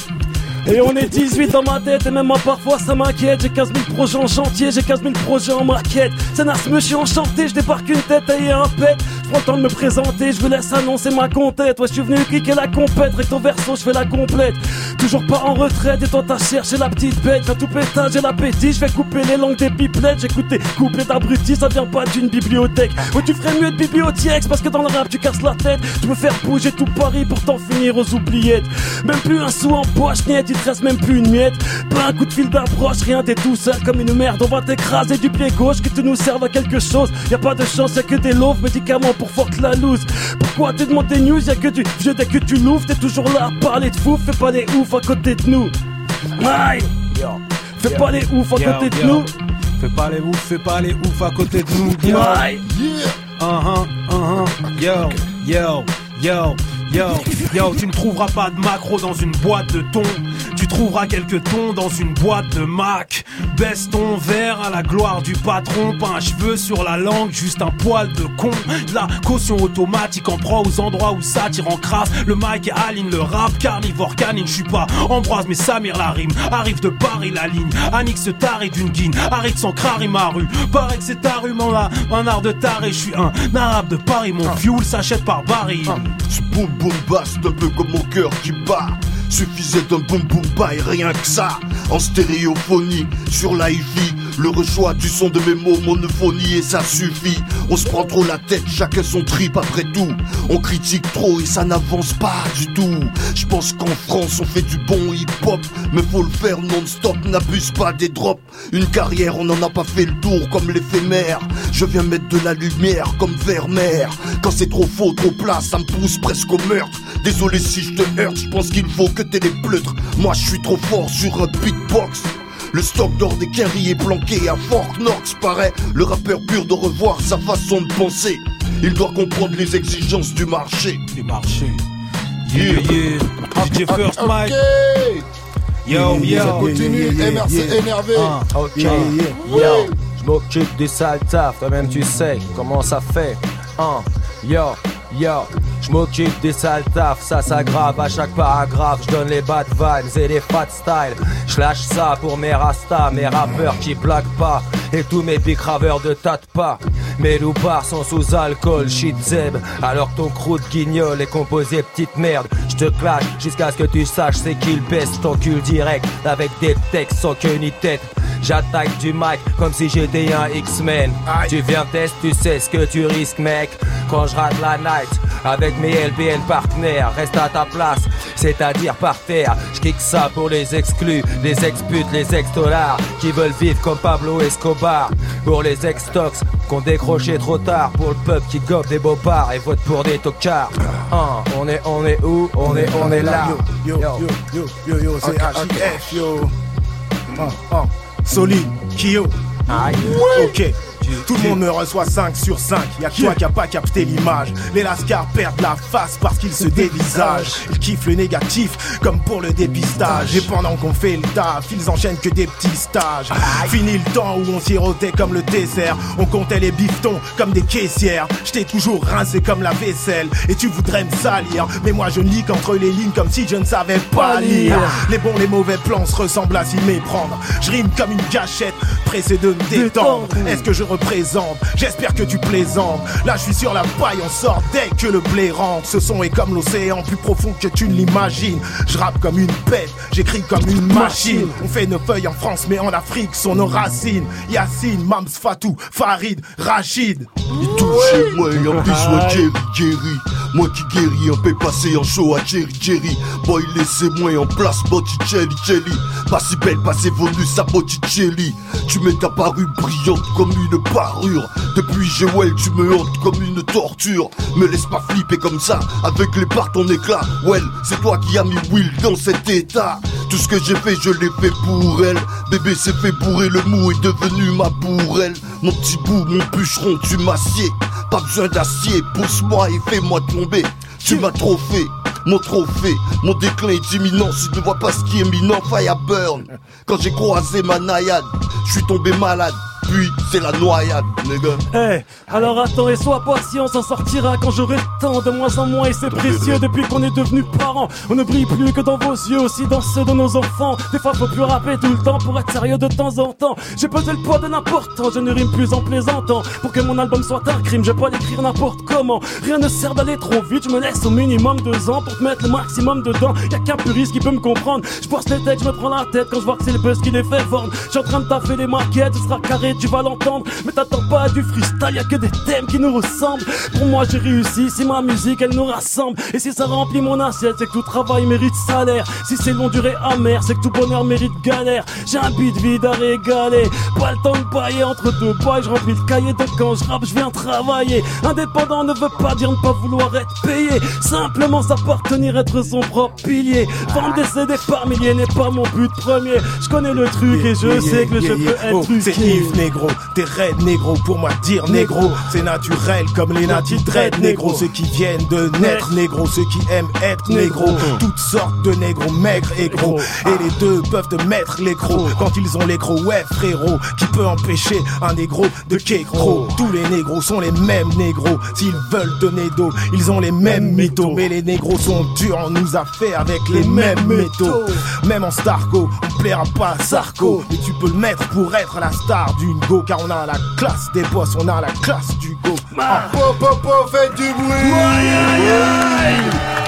Et on est dix-huit dans ma tête et même moi parfois ça m'inquiète. J'ai quinze mille projets en chantier, j'ai quinze mille projets en maquette. C'est Nasme, je suis enchanté, je débarque une tête et un pet. Je prends le temps de me présenter, je vous laisse annoncer ma conquête. Ouais, je suis venu cliquer la compète, recto verso, je fais la complète. Toujours pas en retraite et toi t'as cherché la petite bête. J'ai tout pétage, j'ai l'appétit, je vais couper les langues des pipelettes. J'écoute tes couplets d'abrutis, ça vient pas d'une bibliothèque. Ouais, tu ferais mieux de bibliothèque parce que dans le rap tu casses la tête. Tu veux faire bouger tout Paris pour t'en finir aux oubliettes. Même plus un sou en poche, niet, il te reste même plus une miette. Pas un coup de fil d'approche, rien, t'es tout seul comme une merde. On va t'écraser du pied gauche, que tu nous serves à quelque chose. Y'a pas de chance, y'a que des loaves, médicaments pour forte la loose. Pourquoi tu demandes des news, y'a que du vieux dès que tu l'ouvres. T'es toujours là à parler de fou, fais pas les ouf à côté de nous. Aïe. Fais pas les ouf à côté de nous. Fais pas les ouf, fais pas les ouf à côté de nous. Aïe. Uh-huh, uh-huh, yo, yo, yo. Yo, yo, tu ne trouveras pas de macro dans une boîte de thon. Tu trouveras quelques tons dans une boîte de Mac. Baisse ton verre à la gloire du patron. Pas un cheveu sur la langue, juste un poil de con. La caution automatique en proie aux endroits où ça tire en crasse. Le mic aligne le rap, carnivore canine. Je suis pas Ambroise mais Samir la rime. Arrive de Paris la ligne, Annick se taré d'une guine. Arrête sans crari ma rue. Paraît que c'est ta rue, mon là, un art de taré. Je suis un arabe de Paris, mon fuel s'achète par baril. Boum boum basse, un peu comme mon cœur qui bat. Suffisait d'un boum boum bas et rien que ça. En stéréophonie, sur la hi-fi. Le rechoix du son de mes mots, monophonie et ça suffit. On se prend trop la tête, chacun son trip après tout. On critique trop et ça n'avance pas du tout. Je pense qu'en France on fait du bon hip-hop, mais faut le faire non-stop, n'abuse pas des drops. Une carrière, on n'en a pas fait le tour comme l'éphémère. Je viens mettre de la lumière comme Vermeer. Quand c'est trop faux, trop plat, ça me pousse presque au meurtre. Désolé si je te heurte, je pense qu'il faut que t'aies les pleutres. Moi je suis trop fort sur un beatbox. Le stock d'or des Kerry est planqué à Fort Knox. Paraît le rappeur pur de revoir sa façon de penser. Il doit comprendre les exigences du marché. Du marché. Yeah, yeah, yeah. D J First Mike. Yo, yo. Ça continue, M R C énervé. Ah, ok, yeah, yeah. Yo. Je m'occupe du sale taf, toi-même tu sais comment ça fait. Uh. Yo, yo. Je m'occupe des sales taf, ça s'aggrave à chaque paragraphe. Je donne les bad vibes et les fat style. Je lâche ça pour mes rastas, mes rappeurs qui blaguent pas. Et tous mes bicraveurs de tâte pas. Mes loupards sont sous alcool, shit zeb. Alors que ton crew de guignol est composé petite merde. Je te clash jusqu'à ce que tu saches c'est qu'il baisse ton cul direct. Avec des textes sans queue ni tête. J'attaque du mic comme si j'étais un X-Men. Tu viens test, tu sais ce que tu risques mec. Quand je rate la night avec mes L B N partenaires, reste à ta place, c'est-à-dire par terre. Je kick ça pour les exclus, les ex-putes, les ex-dollars qui veulent vivre comme Pablo Escobar. Pour les ex-tox qu'on décroché trop tard. Pour le peuple qui gobe des beaux bars et vote pour des tocards. Hein, on est, on est où? On est, on est là. Yo, yo, yo, yo, yo, c'est H I F, yo. Oh, oh. Solide, Kyo. Aïe. Ok, Tout le monde me reçoit cinq sur cinq. Y'a que toi qui a pas capté l'image. Les lascars perdent la face parce qu'ils se dévisagent. Ils kiffent le négatif comme pour le dépistage. Et pendant qu'on fait le taf, ils enchaînent que des petits stages. Fini le temps où on sirotait comme le dessert. On comptait les bifetons comme des caissières. J't'ai toujours rincé comme la vaisselle. Et tu voudrais me salir, mais moi je lis qu'entre les lignes comme si je ne savais pas lire. Les bons, les mauvais plans se ressemblent à s'y méprendre. Je rime comme une gâchette, pressé de me détendre. Est-ce que je représente? J'espère que tu plaisantes. Là je suis sur la paille, on sort dès que le blé rentre. Ce son est comme l'océan, plus profond que tu ne l'imagines. Je rappe comme une bête, j'écris comme une machine. On fait nos feuilles en France, mais en Afrique sont nos racines. Yacine, Mams, Fatou, Farid, Rachid. Il touche chez moi et en plus moi Jerry Jerry. Moi qui guéris, on peut passer en show à Jerry Jerry. Boy laissez-moi en place Botticelli Jelly. Pas si belle, pas si venue sa Botticelli. Tu m'es apparu brillante comme une parure. Depuis Jewel tu me hantes comme une torture. Me laisse pas flipper comme ça, avec les parts en éclat. Well, c'est toi qui as mis Will dans cet état. Tout ce que j'ai fait, je l'ai fait pour elle. Bébé s'est fait bourrer, le mou est devenu ma bourrelle. Mon petit bout, mon bûcheron, tu m'assieds. Pas besoin d'acier, pousse-moi et fais-moi tomber. Tu m'as trop fait, mon trophée. Mon déclin est imminent, si tu ne vois pas ce qui est imminent, fire burn. Quand j'ai croisé ma naïade, je suis tombé malade. Puis c'est la noyade, les gars. Eh, hey, alors attends et sois patient, s'en sortira quand j'aurai le temps. De moins en moins et c'est précieux depuis qu'on est devenus parents. On ne brille plus que dans vos yeux, aussi dans ceux de nos enfants. Des fois faut plus rapper tout le temps pour être sérieux de temps en temps. J'ai pesé le poids de l'important, je ne rime plus en plaisantant. Pour que mon album soit un crime, je peux l'écrire n'importe comment. Rien ne sert d'aller trop vite, je me laisse au minimum deux ans pour te mettre le maximum dedans. Y'a qu'un puriste qui peut me comprendre. Je force les têtes, je me prends la tête quand je vois que c'est le buzz qui les fait vendre. J'suis en train de taffer les maquettes, ce sera carré. Tu vas l'entendre, mais t'attends pas du freestyle, y'a que des thèmes qui nous ressemblent. Pour moi j'ai réussi, si ma musique elle nous rassemble. Et si ça remplit mon assiette, c'est que tout travail mérite salaire. Si c'est long durée amer, c'est que tout bonheur mérite galère. J'ai un beat vide à régaler, pas le temps de bailler entre deux bails. Je remplis le cahier, donc quand je rappe je viens travailler. Indépendant ne veut pas dire ne pas vouloir être payé, simplement s'appartenir, être son propre pilier. Vendre des C D par milliers n'est pas mon but premier. Je connais le truc yeah, et je yeah, sais que yeah, je yeah, peux yeah. être oh, c'est Yves négro. T'es raide négro, pour moi dire négro c'est naturel comme les natifs dread négro. Ceux qui viennent de naître négro, ceux qui aiment être négro. Toutes sortes de négros maigres et gros. Et les deux peuvent te mettre les crocs quand ils ont les crocs, ouais frérot. Qui peut empêcher un négro de kékro? Tous les négros sont les mêmes négros. S'ils veulent donner d'eau, ils ont les mêmes métaux. Mais les négros sont durs, on nous a fait avec les mêmes métaux. Même en Starco, on plaira pas à Sarko. Mais tu peux le mettre pour être la star d'une go. Car on a la classe des boss, on a la classe du go. Ah. Pop, pop, pop, faites du bruit. Aïe, aïe, aïe.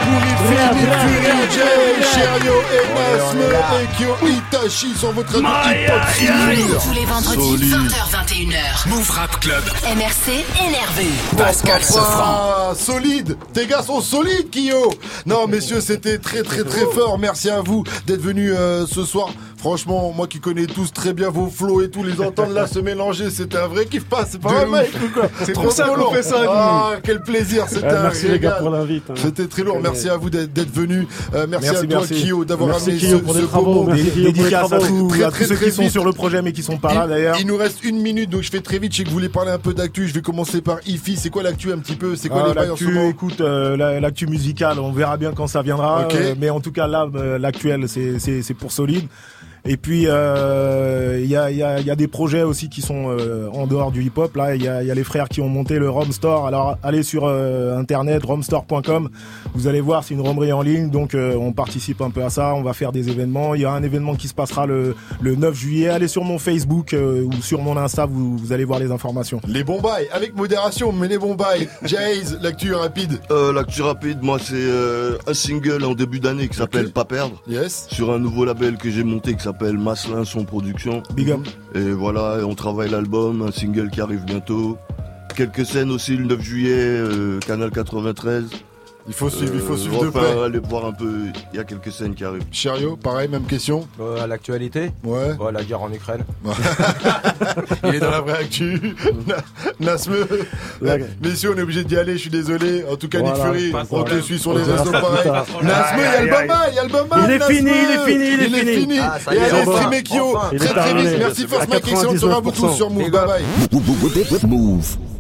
Pour Fury, Cherio, Enasme et Kyo Itachi sont votre hip-hop. Tous les vendredis, vingt heures vingt et une heures. Move Rap Club. M R C énervé. Pascal Sofran. Solide. Tes gars sont solides, Kyo. Non, messieurs, c'était très, très, très fort. Merci à vous d'être venus euh, ce soir. Franchement, moi qui connais tous très bien vos flows et tous les entendre là se mélanger, c'était un vrai kiff pas, c'est pas un mec ou quoi. C'est trop ça qu'on fait ça. Ah, quel plaisir, c'était euh, un merci les gars pour l'invite. Hein. C'était très lourd, merci à vous d'être venus. Euh, merci, merci à toi, merci. Kyo, d'avoir merci amené Kyo ce, pour ce travaux, beau moment. Dédicace à tous, très, à très, tous ceux très qui sont vite. sur le projet mais qui sont pas là d'ailleurs. Il nous reste une minute, donc je fais très vite. Je sais que vous voulez parler un peu d'actu. Je vais commencer par Ifi. C'est quoi l'actu un petit peu? C'est quoi ah, les bails en ce moment? Écoute, euh, l'actu musicale, on verra bien quand ça viendra. Okay. Euh, mais en tout cas là, euh, l'actuel, c'est c'est c'est pour Solide. Et puis il euh, y a il y a il y a des projets aussi qui sont euh, en dehors du hip-hop. Là, il y a il y a les frères qui ont monté le Rom Store. Alors allez sur euh, internet romstore point com. Vous allez voir, c'est une romerie en ligne, donc euh, on participe un peu à ça. On va faire des événements. Il y a un événement qui se passera le le neuf juillet. Allez sur mon Facebook euh, ou sur mon Insta, vous vous allez voir les informations. Les bons bails avec modération, mais les bons bails. Jaze, l'actu rapide. Euh, l'actu rapide, moi c'est euh, un single en début d'année qui s'appelle okay. Pas perdre. Yes. Sur un nouveau label que j'ai monté qui s'appelle s'appelle Maslin Son Production. Big up. Et voilà, on travaille l'album, un single qui arrive bientôt. Quelques scènes aussi le neuf juillet, euh, Canal quatre-vingt-treize. Il faut suivre, il faut Euh, suivre de enfin, près. aller voir un peu, il y a quelques scènes qui arrivent. Chériot, pareil, même question. Euh, à l'actualité Ouais. Ouais, la guerre en Ukraine. Il est dans la vraie actu. Na- Nasme. La- Messieurs, on est obligé d'y aller, je suis désolé. En tout cas, Voilà. Nick Fury, Pas de on te problème. suit sur On les verra réseaux ça plus pareil. tard. Nasme, il y a le bamba, il y a le bamba. Il est Nasme. fini, il est fini, il est Il est fini. fini. Ah, ça y Et est, allez, enfin, streamer Kyo. enfin. Il Très est très vite. terminé. Merci Force À Mike, excellente soirée à vous tous sur Move. quatre-vingt-dix-neuf pour cent. Bye bye. Move.